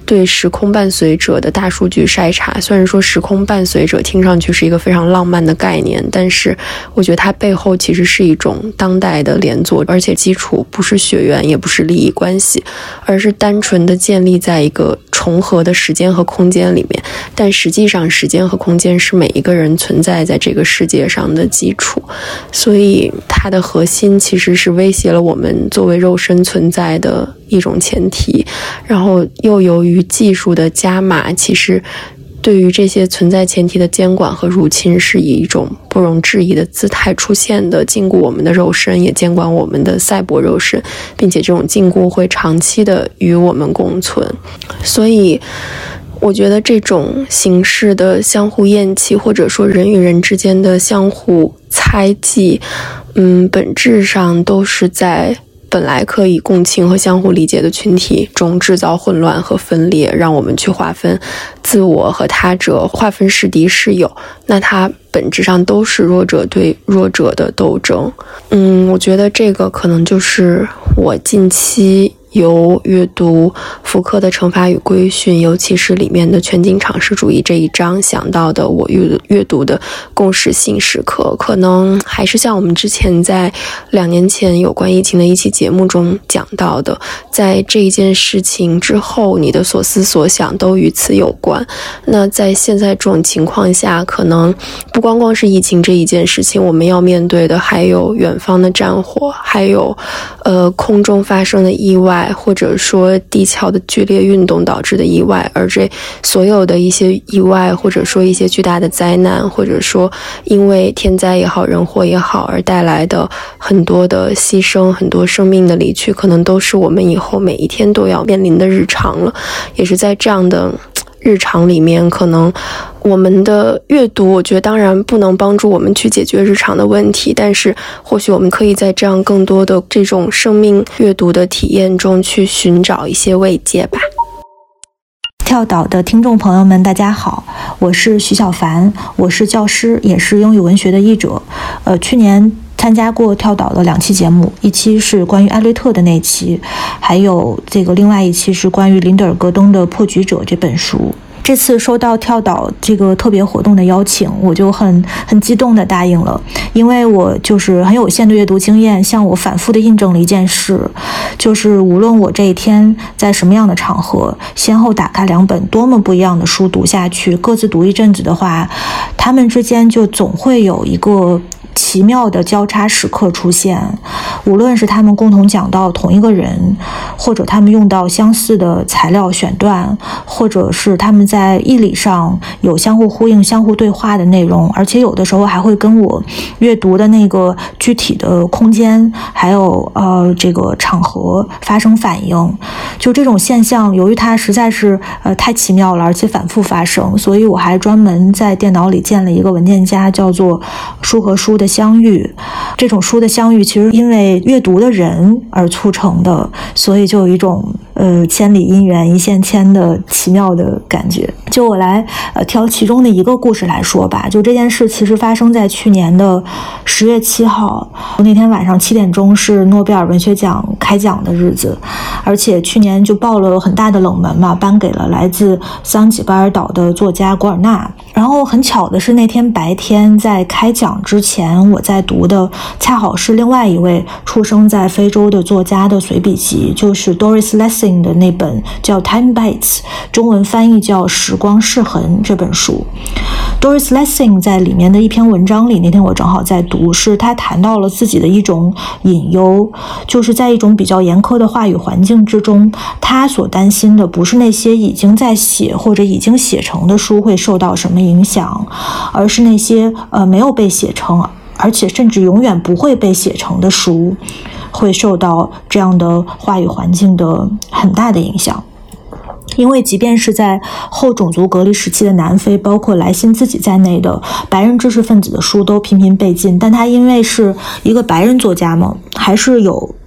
对时空伴随者的大数据筛查。虽然说时空伴随者听上去是一个非常浪漫的概念，但是我觉得它背后其实是一种当代的连坐，而且基础不是血缘，也不是利益关系，而是单纯的建立在一个重合的时间和空间里面。但实际上时间和空间是每一个人存在在这个世界上的基础，所以它的核心其实是威胁了我们作为肉身存在的一种前提。然后又由于技术的加码，其实对于这些存在前提的监管和入侵是以一种不容置疑的姿态出现的，禁锢我们的肉身，也监管我们的赛博肉身，并且这种禁锢会长期的与我们共存。所以我觉得这种形式的相互厌弃，或者说人与人之间的相互猜忌，本质上都是在本来可以共情和相互理解的群体中制造混乱和分裂，让我们去划分自我和他者，划分是敌是友。那它本质上都是弱者对弱者的斗争。我觉得这个可能就是我近期由阅读福柯的《惩罚与规训》，尤其是里面的全景尝试主义这一章想到的我阅读的共识性时刻，可能还是像我们之前在2年前有关疫情的一期节目中讲到的，在这一件事情之后，你的所思所想都与此有关。那在现在这种情况下，可能不光光是疫情这一件事情，我们要面对的还有远方的战火，还有空中发生的意外，或者说地壳的剧烈运动导致的意外。而这所有的一些意外，或者说一些巨大的灾难，或者说因为天灾也好人祸也好而带来的很多的牺牲，很多生命的离去，可能都是我们以后每一天都要面临的日常了。也是在这样的日常里面，可能我们的阅读，我觉得当然不能帮助我们去解决日常的问题，但是或许我们可以在这样更多的这种生命阅读的体验中去寻找一些慰藉吧。 跳岛的听众朋友们大家好，我是徐小凡，我是教师，也是英语文学的译者。去年参加过跳岛的2期节目，一期是关于艾略特的那期，还有另外一期是关于林德尔戈登的《破局者》这本书。这次收到跳岛这个特别活动的邀请，我就很激动地答应了，因为我就是很有限的阅读经验，向我反复地印证了一件事，就是无论我这一天在什么样的场合，先后打开2本多么不一样的书读下去，各自读一阵子的话，他们之间就总会有一个奇妙的交叉时刻出现，无论是他们共同讲到同一个人，或者他们用到相似的材料选段，或者是他们在义理上有相互呼应、相互对话的内容，而且有的时候还会跟我阅读的那个具体的空间还有这个场合发生反应。就这种现象，由于它实在是太奇妙了，而且反复发生，所以我还专门在电脑里建了一个文件夹，叫做书和书的相遇。这种书的相遇其实因为阅读的人而促成的，所以就有一种千里姻缘一线牵的奇妙的感觉。就我来挑其中的一个故事来说吧，就这件事其实发生在去年的10月7号，那天晚上7点钟是诺贝尔文学奖开奖的日子，而且去年就爆了很大的冷门嘛，颁给了来自桑吉巴尔岛的作家古尔纳。然后很巧的是，那天白天在开奖之前，我在读的恰好是另外一位出生在非洲的作家的随笔集，就是 Doris Lessing 的那本叫 Time Bites， 中文翻译叫时光逝痕这本书。Doris Lessing 在里面的一篇文章里，那天我正好在读，是他谈到了自己的一种隐忧，就是在一种比较严苛的话语环境之中，他所担心的不是那些已经在写或者已经写成的书会受到什么影响，而是那些没有被写成而且甚至永远不会被写成的书会受到这样的话语环境的很大的影响。因为即便是在后种族隔离时期的南非，包括莱辛自己在内的白人知识分子的书都频频被禁，但他因为是一个白人作家嘛，还是有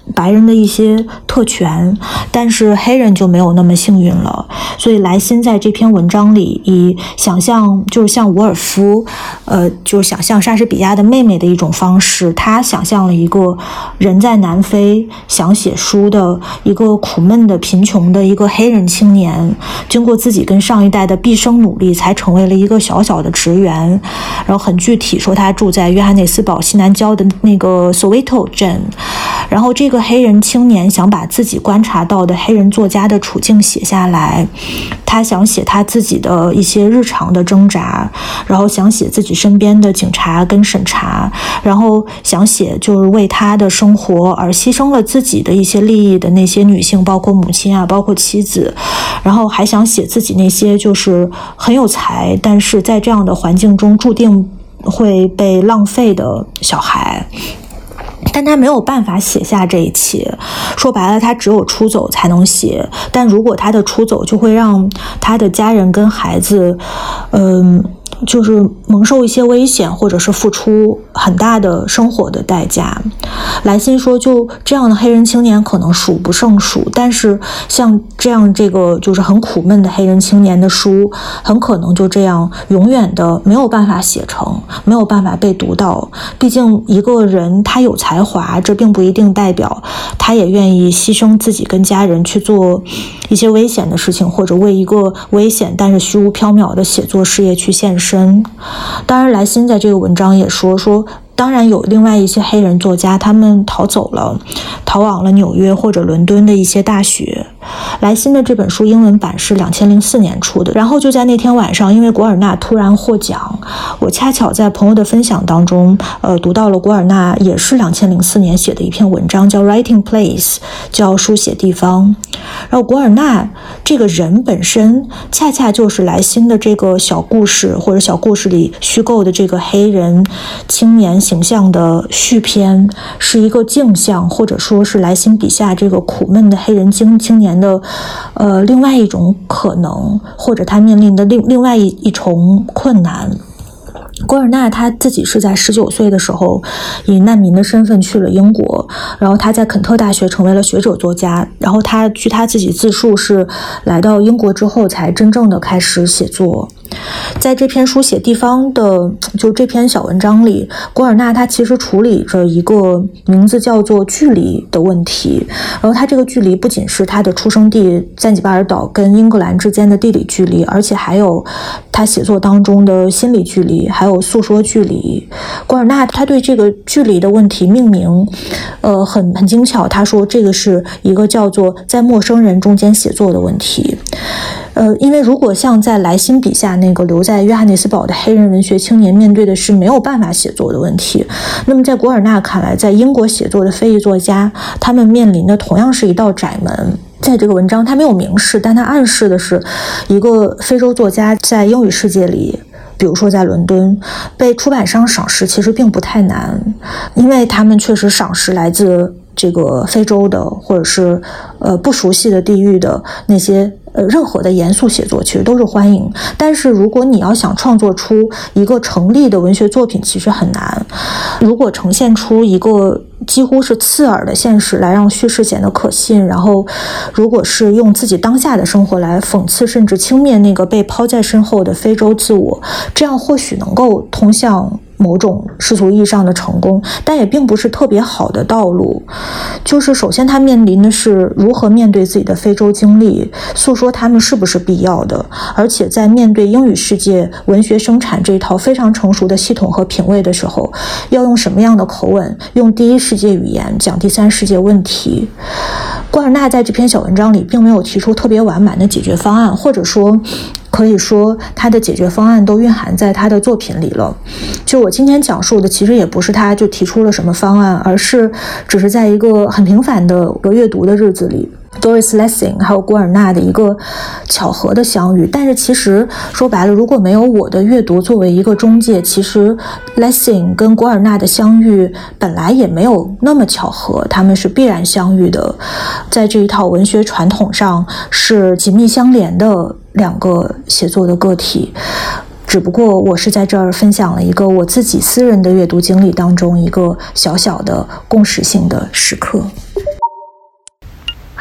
白人的一些特权，但是黑人就没有那么幸运了。所以莱辛在这篇文章里以想象，就是像伍尔夫就是想象莎士比亚的妹妹的一种方式，他想象了一个人在南非想写书的一个苦闷的贫穷的一个黑人青年，经过自己跟上一代的毕生努力才成为了一个小小的职员，然后很具体说他住在约翰内斯堡西南郊的那个 Soweto 镇，然后这个黑人青年想把自己观察到的黑人作家的处境写下来，他想写他自己的一些日常的挣扎，然后想写自己身边的警察跟审查，然后想写就是为他的生活而牺牲了自己的一些利益的那些女性，包括母亲啊，包括妻子，然后还想写自己那些就是很有才，但是在这样的环境中注定会被浪费的小孩。但他没有办法写下这一切，说白了他只有出走才能写，但如果他的出走就会让他的家人跟孩子就是蒙受一些危险，或者是付出很大的生活的代价。莱辛说就这样的黑人青年可能数不胜数，但是像这样这个就是很苦闷的黑人青年的书很可能就这样永远的没有办法写成，没有办法被读到。毕竟一个人他有才华，这并不一定代表他也愿意牺牲自己跟家人去做一些危险的事情，或者为一个危险但是虚无缥缈的写作事业去献身。当然莱辛在这个文章也说当然有另外一些黑人作家他们逃走了，逃往了纽约或者伦敦的一些大学。莱辛的这本书英文版是2004年出的，然后就在那天晚上，因为果尔纳突然获奖，我恰巧在朋友的分享当中读到了果尔纳也是2004年写的一篇文章，叫 Writing Place， 叫书写地方。然后果尔纳这个人本身恰恰就是莱辛的这个小故事或者小故事里虚构的这个黑人青年形象的续篇，是一个镜像，或者说是莱辛笔下这个苦闷的黑人青年的另外一种可能，或者他面临的另外一重困难。果尔纳他自己是在19岁的时候以难民的身份去了英国，然后他在肯特大学成为了学者作家，然后他据他自己自述是来到英国之后才真正的开始写作。在这篇书写地方的就这篇小文章里，果尔纳他其实处理着一个名字叫做距离的问题，然后他这个距离不仅是他的出生地赞吉巴尔岛跟英格兰之间的地理距离，而且还有他写作当中的心理距离，还有诉说距离。果尔纳他对这个距离的问题命名很精巧，他说这个是一个叫做在陌生人中间写作的问题。因为如果像在莱辛笔下那个留在约翰内斯堡的黑人文学青年面对的是没有办法写作的问题，那么在果尔纳看来，在英国写作的非裔作家他们面临的同样是一道窄门。在这个文章他没有明示，但他暗示的是一个非洲作家在英语世界里，比如说在伦敦被出版商赏识其实并不太难，因为他们确实赏识来自这个非洲的或者是不熟悉的地域的那些任何的严肃写作其实都是欢迎，但是如果你要想创作出一个成立的文学作品其实很难。如果呈现出一个几乎是刺耳的现实来让叙事显得可信，然后如果是用自己当下的生活来讽刺甚至轻蔑那个被抛在身后的非洲自我，这样或许能够通向某种世俗意义上的成功，但也并不是特别好的道路。就是首先他面临的是如何面对自己的非洲经历，诉说他们是不是必要的，而且在面对英语世界文学生产这一套非常成熟的系统和品味的时候，要用什么样的口吻，用第一世界语言讲第三世界问题。果尔纳在这篇小文章里并没有提出特别完满的解决方案，或者说可以说他的解决方案都蕴含在他的作品里了。就我今天讲述的其实也不是他就提出了什么方案，而是只是在一个很平凡的阅读的日子里，Doris Lessing 还有果尔纳的一个巧合的相遇。但是其实说白了，如果没有我的阅读作为一个中介，其实 Lessing 跟果尔纳的相遇本来也没有那么巧合，他们是必然相遇的，在这一套文学传统上是紧密相连的两个写作的个体。只不过我是在这儿分享了一个我自己私人的阅读经历当中一个小小的共识性的时刻。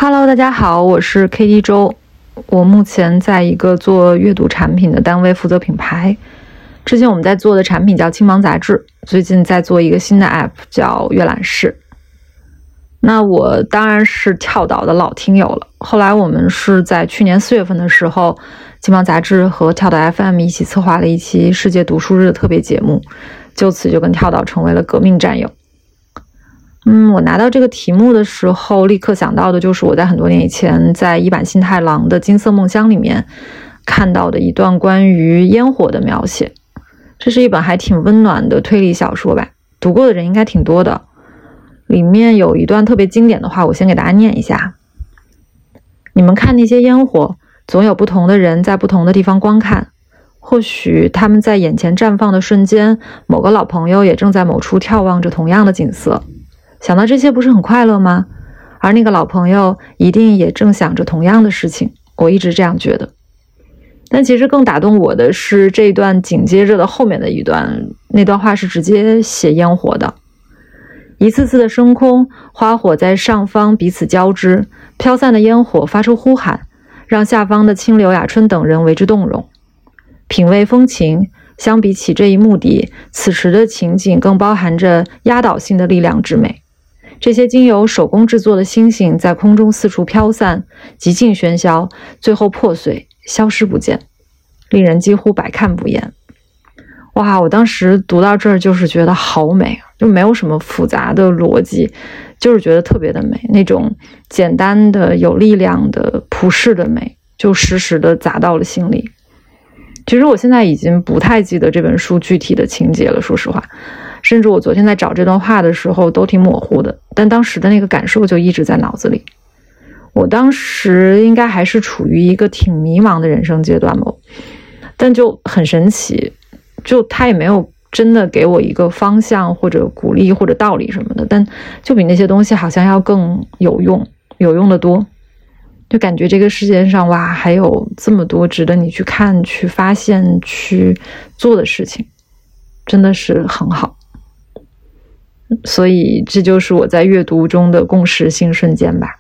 Hello， 大家好，我是 KD 周。我目前在一个做阅读产品的单位负责品牌。之前我们在做的产品叫青芒杂志，最近在做一个新的 app 叫阅览室。那我当然是跳岛的老听友了。后来我们是在去年4月份的时候，青芒杂志和跳岛 FM 一起策划了一期世界读书日的特别节目，就此就跟跳岛成为了革命战友。我拿到这个题目的时候，立刻想到的就是我在很多年以前在一坂幸太郎的《金色梦乡》里面看到的一段关于烟火的描写。这是一本还挺温暖的推理小说吧，读过的人应该挺多的。里面有一段特别经典的话，我先给大家念一下。你们看那些烟火，总有不同的人在不同的地方观看，或许他们在眼前绽放的瞬间，某个老朋友也正在某处眺望着同样的景色。想到这些不是很快乐吗？而那个老朋友一定也正想着同样的事情，我一直这样觉得。但其实更打动我的是这一段紧接着的后面的一段，那段话是直接写烟火的。一次次的升空，花火在上方彼此交织，飘散的烟火发出呼喊，让下方的清流雅春等人为之动容。品味风情，相比起这一目的，此时的情景更包含着压倒性的力量之美。这些经由手工制作的星星在空中四处飘散，极尽喧嚣，最后破碎，消失不见，令人几乎百看不厌。哇，我当时读到这儿就是觉得好美，就没有什么复杂的逻辑，就是觉得特别的美，那种简单的有力量的普世的美就实时的砸到了心里。其实我现在已经不太记得这本书具体的情节了，说实话，甚至我昨天在找这段话的时候都挺模糊的，但当时的那个感受就一直在脑子里。我当时应该还是处于一个挺迷茫的人生阶段吧，但就很神奇，就他也没有真的给我一个方向或者鼓励或者道理什么的，但就比那些东西好像要更有用的多。就感觉这个世界上哇，还有这么多值得你去看、去发现、去做的事情，真的是很好。所以这就是我在阅读中的共识性瞬间吧。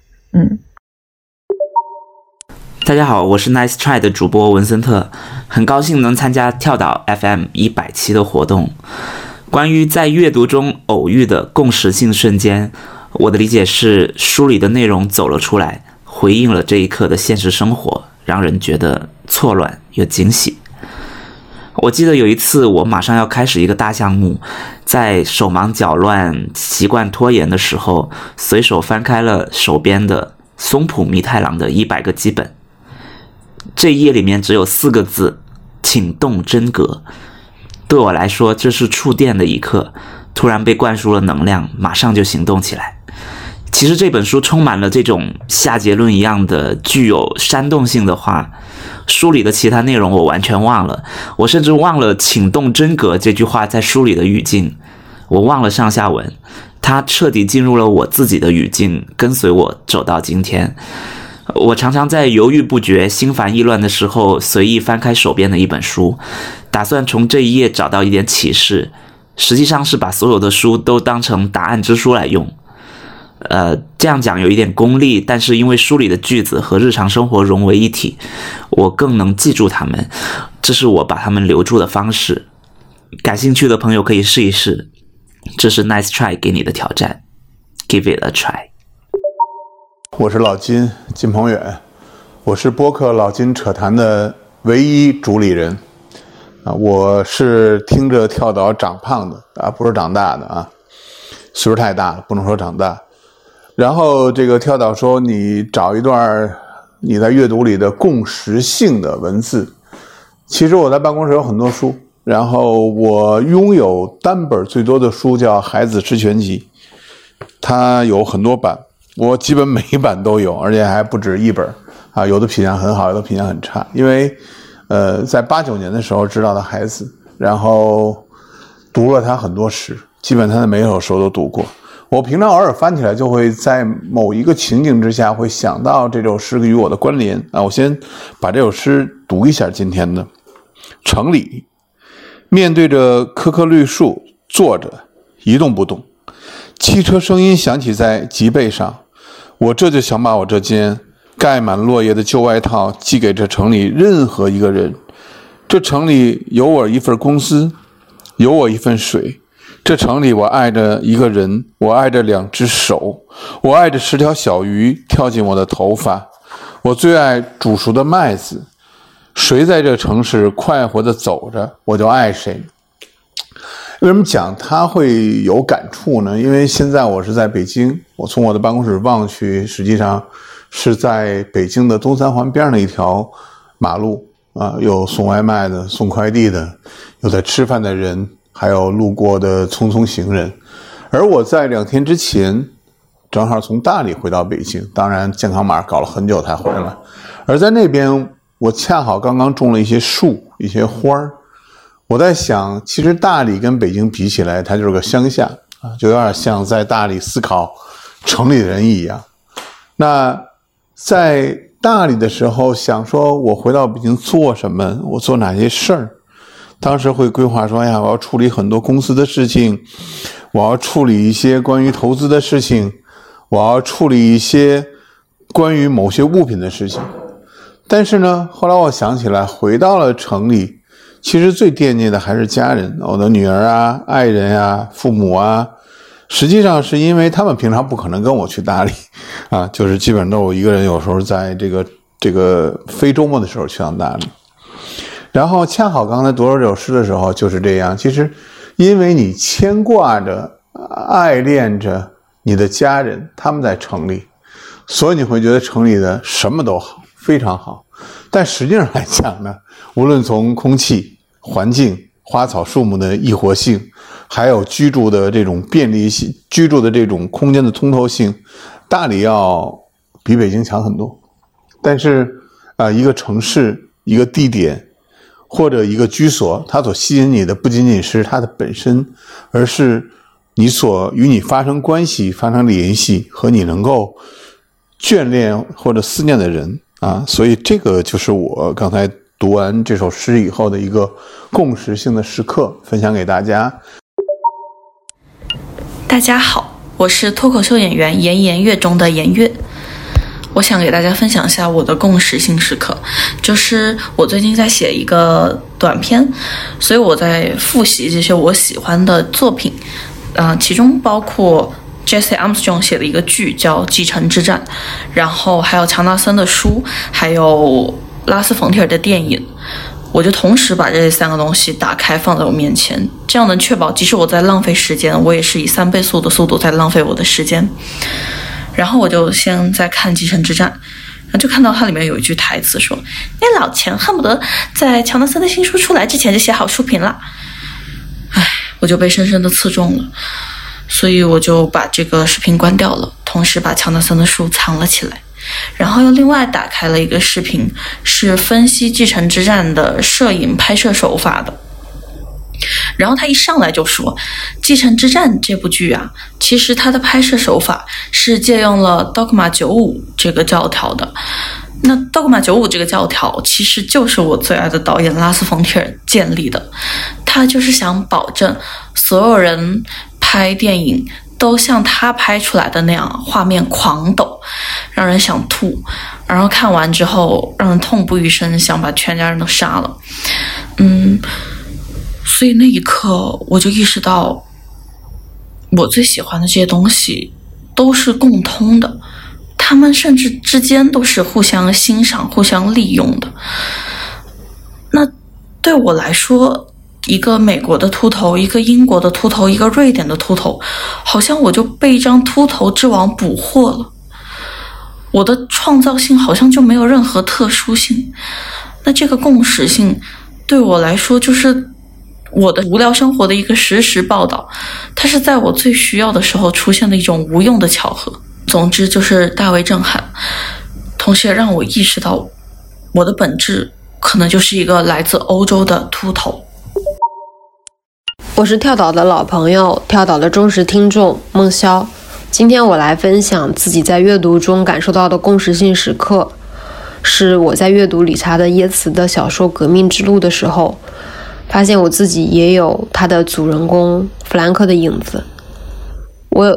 大家好，我是 Nice Try 的主播文森特，很高兴能参加跳岛 FM 100期的活动。关于在阅读中偶遇的共识性瞬间，我的理解是书里的内容走了出来，回应了这一刻的现实生活，让人觉得错乱又惊喜。我记得有一次我马上要开始一个大项目，在手忙脚乱习惯拖延的时候，随手翻开了手边的松浦弥太郎的100个基本。这一页里面只有4个字，请动真格。对我来说这是触电的一刻，突然被灌输了能量，马上就行动起来。其实这本书充满了这种下结论一样的具有煽动性的话，书里的其他内容我完全忘了，我甚至忘了请动真格这句话在书里的语境，我忘了上下文，它彻底进入了我自己的语境，跟随我走到今天。我常常在犹豫不决、心烦意乱的时候，随意翻开手边的一本书，打算从这一页找到一点启示，实际上是把所有的书都当成答案之书来用。这样讲有一点功利，但是因为书里的句子和日常生活融为一体，我更能记住它们，这是我把它们留住的方式。感兴趣的朋友可以试一试，这是 Nice Try 给你的挑战 ，Give it a try。 我是老金鹏远，我是播客老金扯谈的唯一主理人啊，我是听着跳岛长胖的啊，不是长大的啊，岁数太大了，不能说长大。然后这个跳岛说你找一段你在阅读里的共识性的文字，其实我在办公室有很多书，然后我拥有单本最多的书叫《孩子吃全集》，它有很多版，我基本每一版都有，而且还不止一本啊，有的品相很好，有的品相很差。因为在89年的时候知道的孩子，然后读了他很多诗，基本他的每一首诗都读过。我平常偶尔翻起来，就会在某一个情景之下会想到这首诗与我的关联啊。我先把这首诗读一下今天的。城里面对着棵棵绿树坐着一动不动，汽车声音响起在脊背上， 我这就想把我这件盖满落叶的旧外套寄给这城里任何一个人。这城里有我一份工资，有我一份水。这城里我爱着一个人，我爱着2只手，我爱着10条小鱼跳进我的头发。我最爱煮熟的麦子。谁在这城市快活地走着，我就爱谁。为什么讲他会有感触呢？因为现在我是在北京，我从我的办公室望去，实际上是在北京的东三环边上的一条马路啊，有送外卖的，送快递的，有在吃饭的人，还有路过的匆匆行人。而我在2天之前正好从大理回到北京，当然健康码搞了很久才回来。而在那边我恰好刚刚种了一些树，一些花儿。我在想，其实大理跟北京比起来，它就是个乡下啊，就有点像在大理思考城里的人一样。那在大理的时候，想说我回到北京做什么，我做哪些事儿。当时会规划说，哎呀，我要处理很多公司的事情，我要处理一些关于投资的事情，我要处理一些关于某些物品的事情。但是呢，后来我想起来，回到了城里，其实最惦记的还是家人，我的女儿啊、爱人啊、父母啊。实际上是因为他们平常不可能跟我去大理啊，就是基本上都是我一个人，有时候在这个非周末的时候去趟大理。然后恰好刚才读到这首诗的时候就是这样，其实因为你牵挂着、爱恋着你的家人，他们在城里，所以你会觉得城里的什么都好，非常好。但实际上来讲呢，无论从空气、环境、花草树木的易活性，还有居住的这种便利性，居住的这种空间的通透性，大理要比北京强很多。但是一个城市、一个地点或者一个居所，它所吸引你的不仅仅是它的本身，而是你所与你发生关系、发生联系和你能够眷恋或者思念的人啊。所以这个就是我刚才读完这首诗以后的一个共识性的时刻，分享给大家。 大家好，我是脱口秀演员颜颜月中的颜月。我想给大家分享一下我的共识性时刻，就是我最近在写一个短片，所以我在复习这些我喜欢的作品，其中包括 Jesse Armstrong 写的一个剧叫《继承之战》，然后还有强纳森的书，还有拉斯冯提尔的电影。我就同时把这3个东西打开放在我面前，这样能确保即使我在浪费时间，我也是以3倍速的速度在浪费我的时间。然后我就先在看《继承之战》，然后就看到它里面有一句台词说，那老钱恨不得在乔纳森的新书出来之前就写好书评了。唉，我就被深深的刺中了，所以我就把这个视频关掉了，同时把乔纳森的书藏了起来。然后又另外打开了一个视频，是分析《继承之战》的摄影拍摄手法的。然后他一上来就说，《继承之战》这部剧啊，其实它的拍摄手法是借用了 Dogma 95这个教条的。那 Dogma 95这个教条其实就是我最爱的导演拉斯冯提尔建立的，他就是想保证所有人拍电影都像他拍出来的那样，画面狂抖，让人想吐，然后看完之后让人痛不欲生，想把全家人都杀了。所以那一刻我就意识到，我最喜欢的这些东西都是共通的，他们甚至之间都是互相欣赏、互相利用的。那对我来说，一个美国的秃头，一个英国的秃头，一个瑞典的秃头，好像我就被一张秃头之王捕获了。我的创造性好像就没有任何特殊性。那这个共识性对我来说就是我的无聊生活的一个实时报道，它是在我最需要的时候出现的一种无用的巧合。总之就是大为震撼，同时也让我意识到我的本质可能就是一个来自欧洲的秃头。 我是跳岛的老朋友，跳岛的忠实听众孟潇。今天我来分享自己在阅读中感受到的共识性时刻，是我在阅读理查德耶茨的小说《革命之路》的时候，发现我自己也有他的主人公弗兰克的影子。我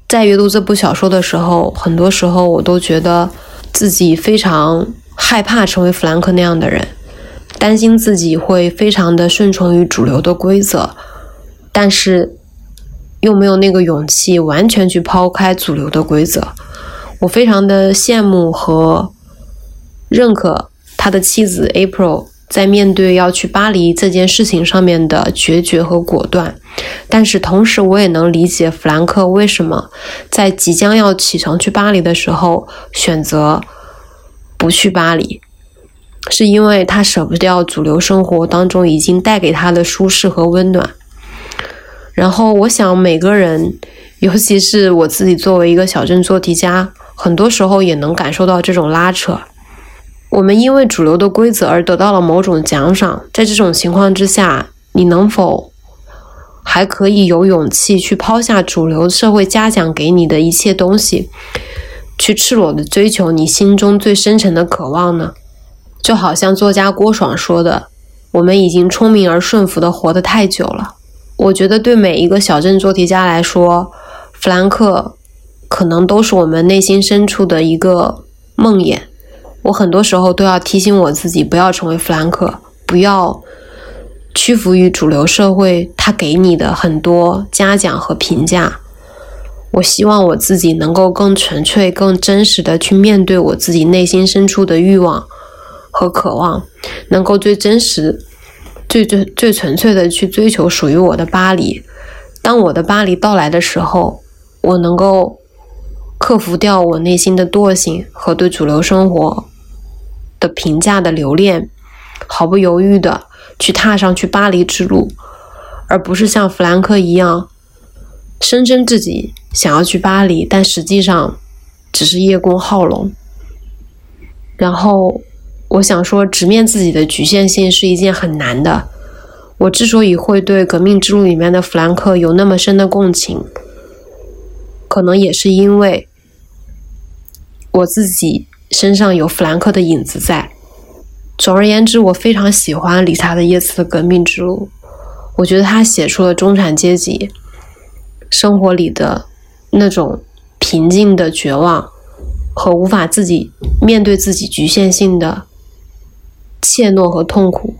在阅读这部小说的时候，很多时候我都觉得自己非常害怕成为弗兰克那样的人，担心自己会非常的顺从于主流的规则，但是又没有那个勇气完全去抛开主流的规则。我非常的羡慕和认可他的妻子 April 在面对要去巴黎这件事情上面的决绝和果断，但是同时我也能理解弗兰克为什么在即将要启程去巴黎的时候选择不去巴黎，是因为他舍不掉主流生活当中已经带给他的舒适和温暖。然后我想每个人，尤其是我自己作为一个小镇做题家，很多时候也能感受到这种拉扯。我们因为主流的规则而得到了某种奖赏，在这种情况之下，你能否还可以有勇气去抛下主流社会嘉奖给你的一切东西，去赤裸的追求你心中最深沉的渴望呢？就好像作家郭爽说的，我们已经聪明而顺服的活得太久了。我觉得对每一个小镇做题家来说，弗兰克可能都是我们内心深处的一个梦魇。我很多时候都要提醒我自己，不要成为弗兰克，不要屈服于主流社会他给你的很多嘉奖和评价。我希望我自己能够更纯粹、更真实的去面对我自己内心深处的欲望和渴望，能够最真实、最纯粹的去追求属于我的巴黎。当我的巴黎到来的时候，我能够克服掉我内心的惰性和对主流生活的评价的留恋，毫不犹豫的去踏上去巴黎之路，而不是像弗兰克一样声称自己想要去巴黎，但实际上只是叶公好龙。然后我想说，直面自己的局限性是一件很难的。我之所以会对革命之路里面的弗兰克有那么深的共情，可能也是因为我自己身上有弗兰克的影子在。总而言之，我非常喜欢理查德耶茨的革命之路，我觉得他写出了中产阶级生活里的那种平静的绝望和无法自己面对自己局限性的怯懦和痛苦。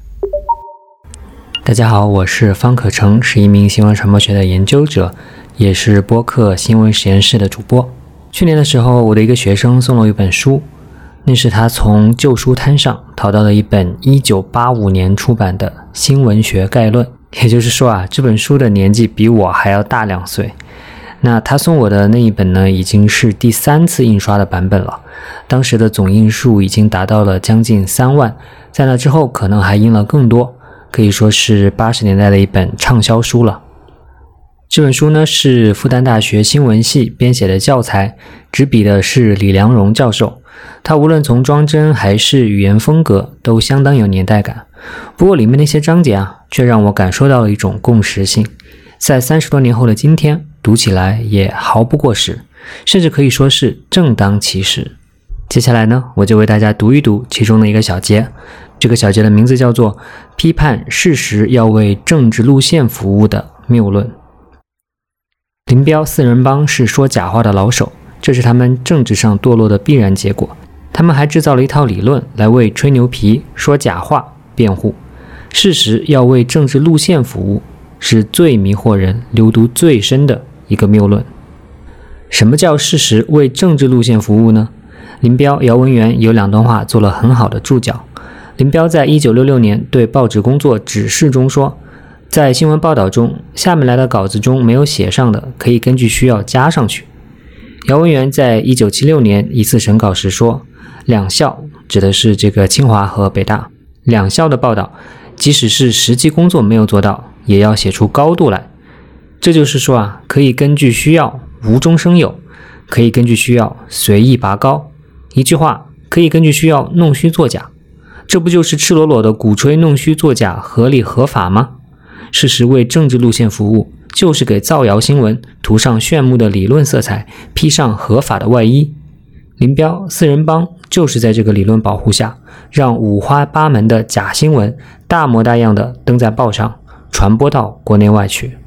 大家好，我是方可成，是一名新闻传播学的研究者，也是播客新闻实验室的主播。去年的时候，我的一个学生送了我一本书，那是他从旧书摊上淘到的一本1985年出版的《新闻学概论》，也就是说啊，这本书的年纪比我还要大2岁。那他送我的那一本呢，已经是第3次印刷的版本了，当时的总印数已经达到了将近3万，在那之后可能还印了更多，可以说是80年代的一本畅销书了。这本书呢是复旦大学新闻系编写的教材，执笔的是李良荣教授。他无论从装帧还是语言风格都相当有年代感，不过里面那些章节啊，却让我感受到了一种共识性，在30多年后的今天读起来也毫不过时，甚至可以说是正当其时。接下来呢，我就为大家读一读其中的一个小节，这个小节的名字叫做批判事实要为政治路线服务的谬论。林彪四人帮是说假话的老手，这是他们政治上堕落的必然结果。他们还制造了一套理论来为吹牛皮、说假话辩护。事实要为政治路线服务，是最迷惑人、流毒最深的一个谬论。什么叫事实为政治路线服务呢？林彪、姚文元有2段话做了很好的注脚。林彪在1966年对报纸工作指示中说，在新闻报道中，下面来的稿子中没有写上的，可以根据需要加上去。姚文元在1976年一次审稿时说，两校指的是这个清华和北大，两校的报道即使是实际工作没有做到，也要写出高度来。这就是说啊，可以根据需要无中生有，可以根据需要随意拔高，一句话，可以根据需要弄虚作假。这不就是赤裸裸的鼓吹弄虚作假合理合法吗？事实为政治路线服务，就是给造谣新闻涂上炫目的理论色彩，披上合法的外衣。林彪四人帮就是在这个理论保护下，让五花八门的假新闻大模大样的登在报上，传播到国内外去。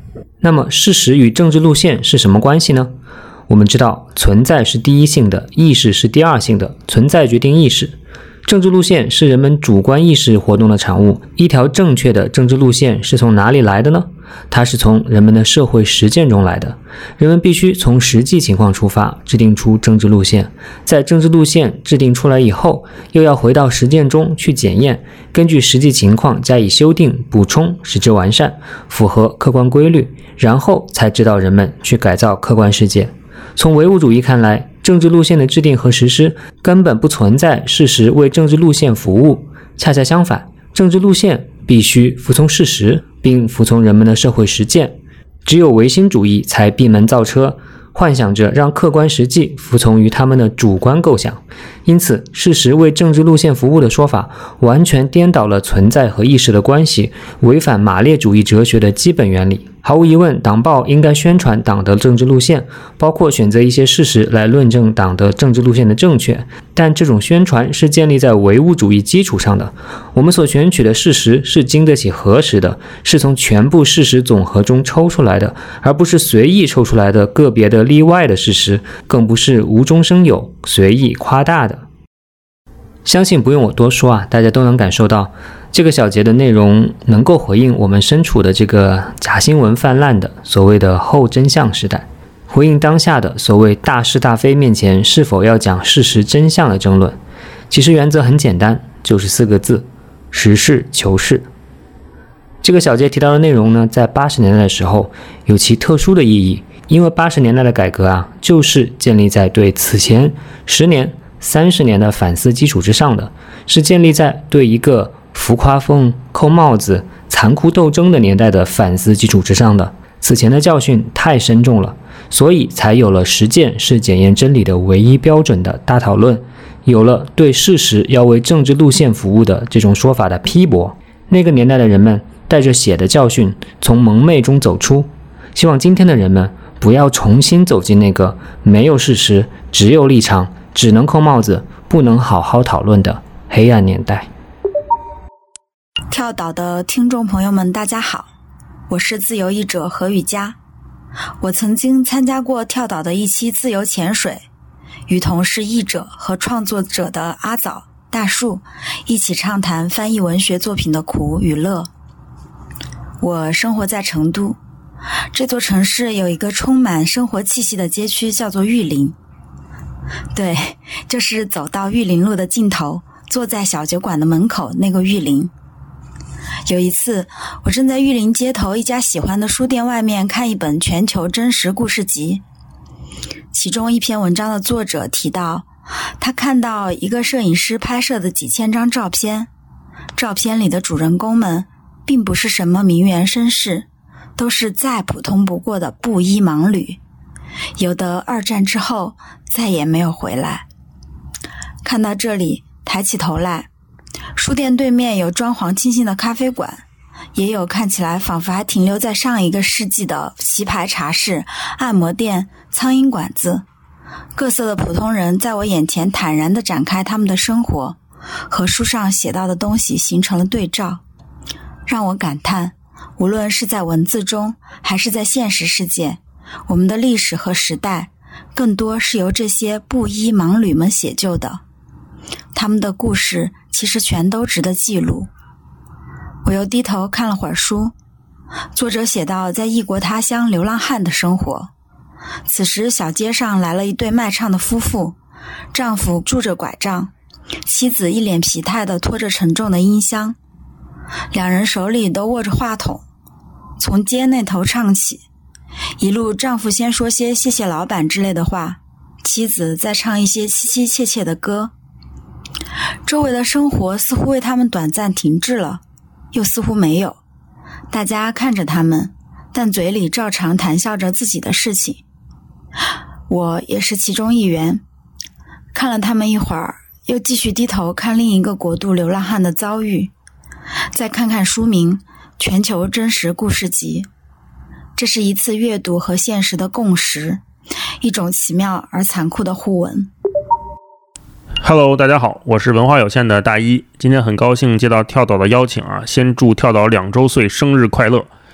那么事实与政治路线是什么关系呢？我们知道存在是第一性的，意识是第二性的，存在决定意识。政治路线是人们主观意识活动的产物。一条正确的政治路线是从哪里来的呢？它是从人们的社会实践中来的。人们必须从实际情况出发，制定出政治路线。在政治路线制定出来以后，又要回到实践中去检验，根据实际情况加以修订、补充，使之完善，符合客观规律，然后才指导人们去改造客观世界。从唯物主义看来，政治路线的制定和实施根本不存在事实为政治路线服务，恰恰相反，政治路线必须服从事实，并服从人们的社会实践。只有唯心主义才闭门造车，幻想着让客观实际服从于他们的主观构想。因此，事实为政治路线服务的说法完全颠倒了存在和意识的关系，违反马列主义哲学的基本原理。毫无疑问，党报应该宣传党的政治路线，包括选择一些事实来论证党的政治路线的正确，但这种宣传是建立在唯物主义基础上的。我们所选取的事实是经得起核实的，是从全部事实总和中抽出来的，而不是随意抽出来的个别的例外的事实，更不是无中生有、随意夸大的。相信不用我多说啊，大家都能感受到这个小节的内容能够回应我们身处的这个假新闻泛滥的所谓的后真相时代，回应当下的所谓大是大非面前是否要讲事实真相的争论。其实原则很简单，就是4个字：实事求是。这个小节提到的内容呢，在80年代的时候有其特殊的意义，因为80年代的改革啊，就是建立在对此前10年、30年的反思基础之上的，是建立在对一个浮夸风、扣帽子、残酷斗争的年代的反思基础之上的。此前的教训太深重了，所以才有了实践是检验真理的唯一标准的大讨论，有了对事实要为政治路线服务的这种说法的批驳。那个年代的人们带着血的教训从蒙昧中走出，希望今天的人们不要重新走进那个没有事实、只有立场、只能扣帽子、不能好好讨论的黑暗年代。 跳岛的听众朋友们大家好，我是自由译者何雨佳。我曾经参加过跳岛的一期自由潜水，与同是译者和创作者的阿枣、大树一起畅谈翻译文学作品的苦与乐。我生活在成都，这座城市有一个充满生活气息的街区叫做玉林。对，就是走到玉林路的尽头，坐在小酒馆的门口那个玉林。有一次，我正在玉林街头一家喜欢的书店外面看一本全球真实故事集，其中一篇文章的作者提到，他看到一个摄影师拍摄的几千张照片，照片里的主人公们并不是什么名媛绅士，都是再普通不过的布衣盲旅，有的2战之后再也没有回来。看到这里，抬起头来，书店对面有装潢清新的咖啡馆，也有看起来仿佛还停留在上一个世纪的棋牌茶室、按摩店、苍蝇馆子。各色的普通人在我眼前坦然地展开他们的生活，和书上写到的东西形成了对照，让我感叹，无论是在文字中还是在现实世界，我们的历史和时代更多是由这些布衣盲旅们写就的，他们的故事其实全都值得记录。我又低头看了会儿书，作者写到在异国他乡流浪汉的生活。此时小街上来了一对卖唱的夫妇，丈夫拄着拐杖，妻子一脸疲态地拖着沉重的音箱，两人手里都握着话筒，从街那头唱起，一路丈夫先说些谢谢老板之类的话，妻子再唱一些凄凄切切的歌。周围的生活似乎为他们短暂停滞了，又似乎没有，大家看着他们，但嘴里照常谈笑着自己的事情。我也是其中一员，看了他们一会儿，又继续低头看另一个国度流浪汉的遭遇，再看看书名《全球真实故事集》。这是一次阅读和现实的共识，一种奇妙而残酷的互文。 Hello， 大家好，我是文化有限的大一，今天很高兴接到跳岛的邀请啊，先祝跳岛2周岁生日快乐。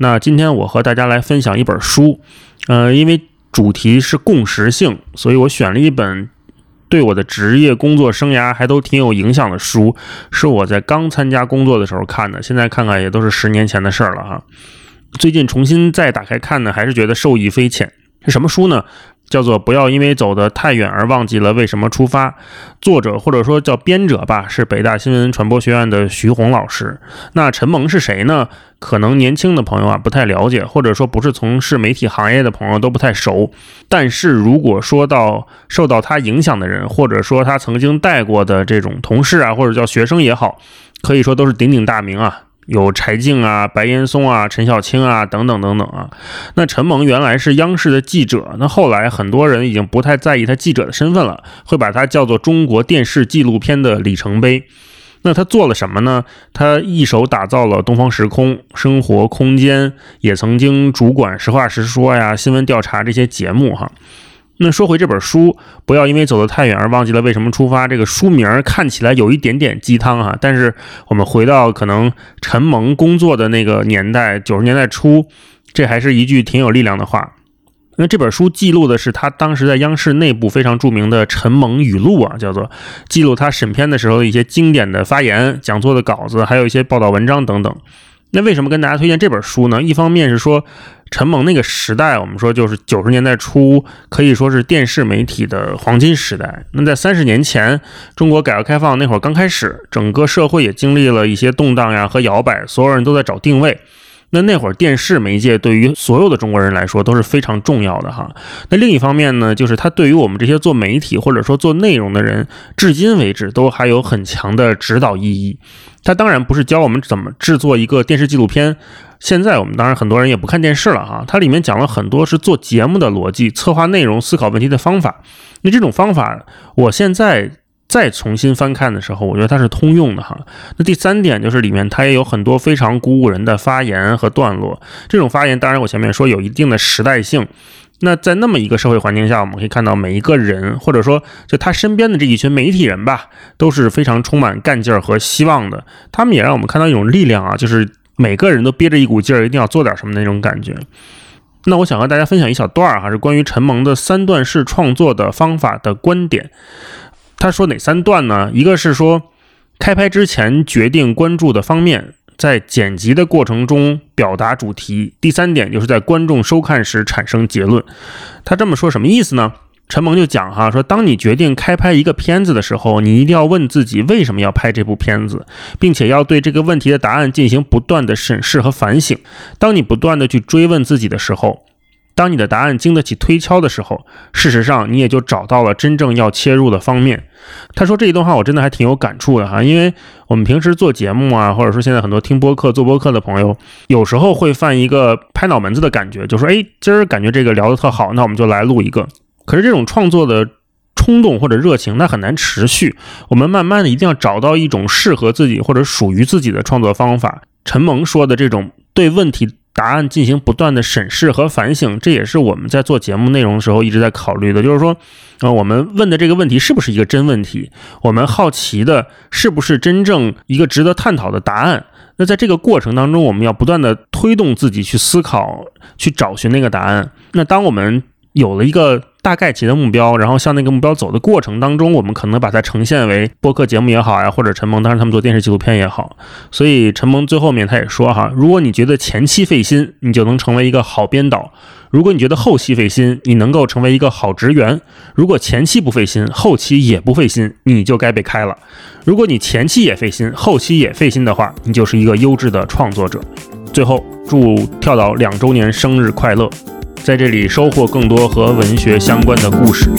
那今天我和大家来分享一本书，因为主题是共识性，所以我选了一本对我的职业工作生涯还都挺有影响的书，是我在刚参加工作的时候看的，现在看看也都是10年前的事儿了哈。最近重新再打开看呢，还是觉得受益匪浅。是什么书呢？叫做不要因为走得太远而忘记了为什么出发。作者或者说叫编者吧，是北大新闻传播学院的徐红老师。那陈蒙是谁呢？可能年轻的朋友不太了解，或者说不是从事媒体行业的朋友都不太熟。但是如果说到受到他影响的人，或者说他曾经带过的这种同事或者叫学生也好，可以说都是鼎鼎大名有柴静白岩松陈小青等等等等那陈蒙原来是央视的记者，那后来很多人已经不太在意他记者的身份了，会把他叫做中国电视纪录片的里程碑。那他做了什么呢？他一手打造了东方时空、生活空间，也曾经主管实话实说新闻调查这些节目那说回这本书，不要因为走得太远而忘记了为什么出发。这个书名看起来有一点点鸡汤但是我们回到可能陈蒙工作的那个年代，90年代初，这还是一句挺有力量的话。那这本书记录的是他当时在央视内部非常著名的陈蒙语录叫做记录他审片的时候的一些经典的发言、讲座的稿子，还有一些报道文章等等。那为什么跟大家推荐这本书呢？一方面是说陈蒙那个时代，我们说就是90年代初，可以说是电视媒体的黄金时代。那在30年前，中国改革开放那会儿刚开始，整个社会也经历了一些动荡和摇摆，所有人都在找定位。那会儿电视媒介对于所有的中国人来说都是非常重要的那另一方面呢，就是它对于我们这些做媒体或者说做内容的人，至今为止都还有很强的指导意义。它当然不是教我们怎么制作一个电视纪录片，现在我们当然很多人也不看电视了它里面讲了很多是做节目的逻辑、策划内容、思考问题的方法。那这种方法我现在再重新翻看的时候，我觉得它是通用的那第三点就是里面它也有很多非常鼓舞人的发言和段落。这种发言当然我前面说有一定的时代性，那在那么一个社会环境下，我们可以看到每一个人，或者说就他身边的这一群媒体人吧，都是非常充满干劲儿和希望的。他们也让我们看到一种力量就是每个人都憋着一股劲儿，一定要做点什么那种感觉。那我想和大家分享一小段是关于陈蒙的3段式创作的方法的观点。他说哪3段呢？一个是说开拍之前决定关注的方面，在剪辑的过程中表达主题。第3点就是在观众收看时产生结论。他这么说什么意思呢？陈蒙就讲说当你决定开拍一个片子的时候，你一定要问自己为什么要拍这部片子，并且要对这个问题的答案进行不断的审视和反省。当你不断的去追问自己的时候，当你的答案经得起推敲的时候，事实上你也就找到了真正要切入的方面。他说这一段话我真的还挺有感触的因为我们平时做节目或者说现在很多听播客做播客的朋友，有时候会犯一个拍脑门子的感觉，就说今儿感觉这个聊得特好，那我们就来录一个。可是这种创作的冲动或者热情那很难持续，我们慢慢的一定要找到一种适合自己或者属于自己的创作方法。陈蒙说的这种对问题答案进行不断的审视和反省，这也是我们在做节目内容的时候一直在考虑的，就是说我们问的这个问题是不是一个真问题，我们好奇的是不是真正一个值得探讨的答案。那在这个过程当中，我们要不断的推动自己去思考，去找寻那个答案。那当我们有了一个大概其的目标，然后向那个目标走的过程当中，我们可能把它呈现为播客节目也好或者陈蒙当时他们做电视纪录片也好。所以陈蒙最后面他也说如果你觉得前期费心，你就能成为一个好编导；如果你觉得后期费心，你能够成为一个好职员；如果前期不费心，后期也不费心，你就该被开了；如果你前期也费心，后期也费心的话，你就是一个优质的创作者。最后祝跳岛2周年生日快乐，在这里收获更多和文学相关的故事。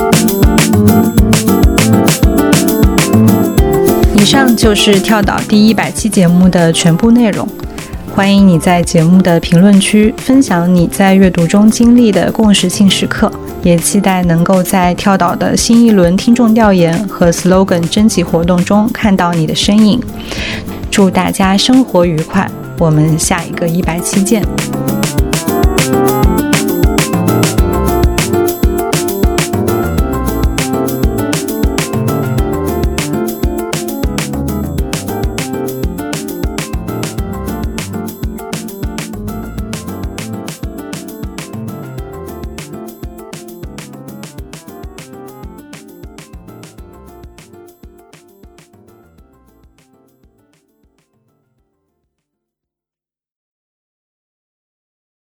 以上就是跳岛第100期节目的全部内容。欢迎你在节目的评论区分享你在阅读中经历的共识性时刻，也期待能够在跳岛的新一轮听众调研和 slogan 征集活动中看到你的身影。祝大家生活愉快，我们下一个100期见。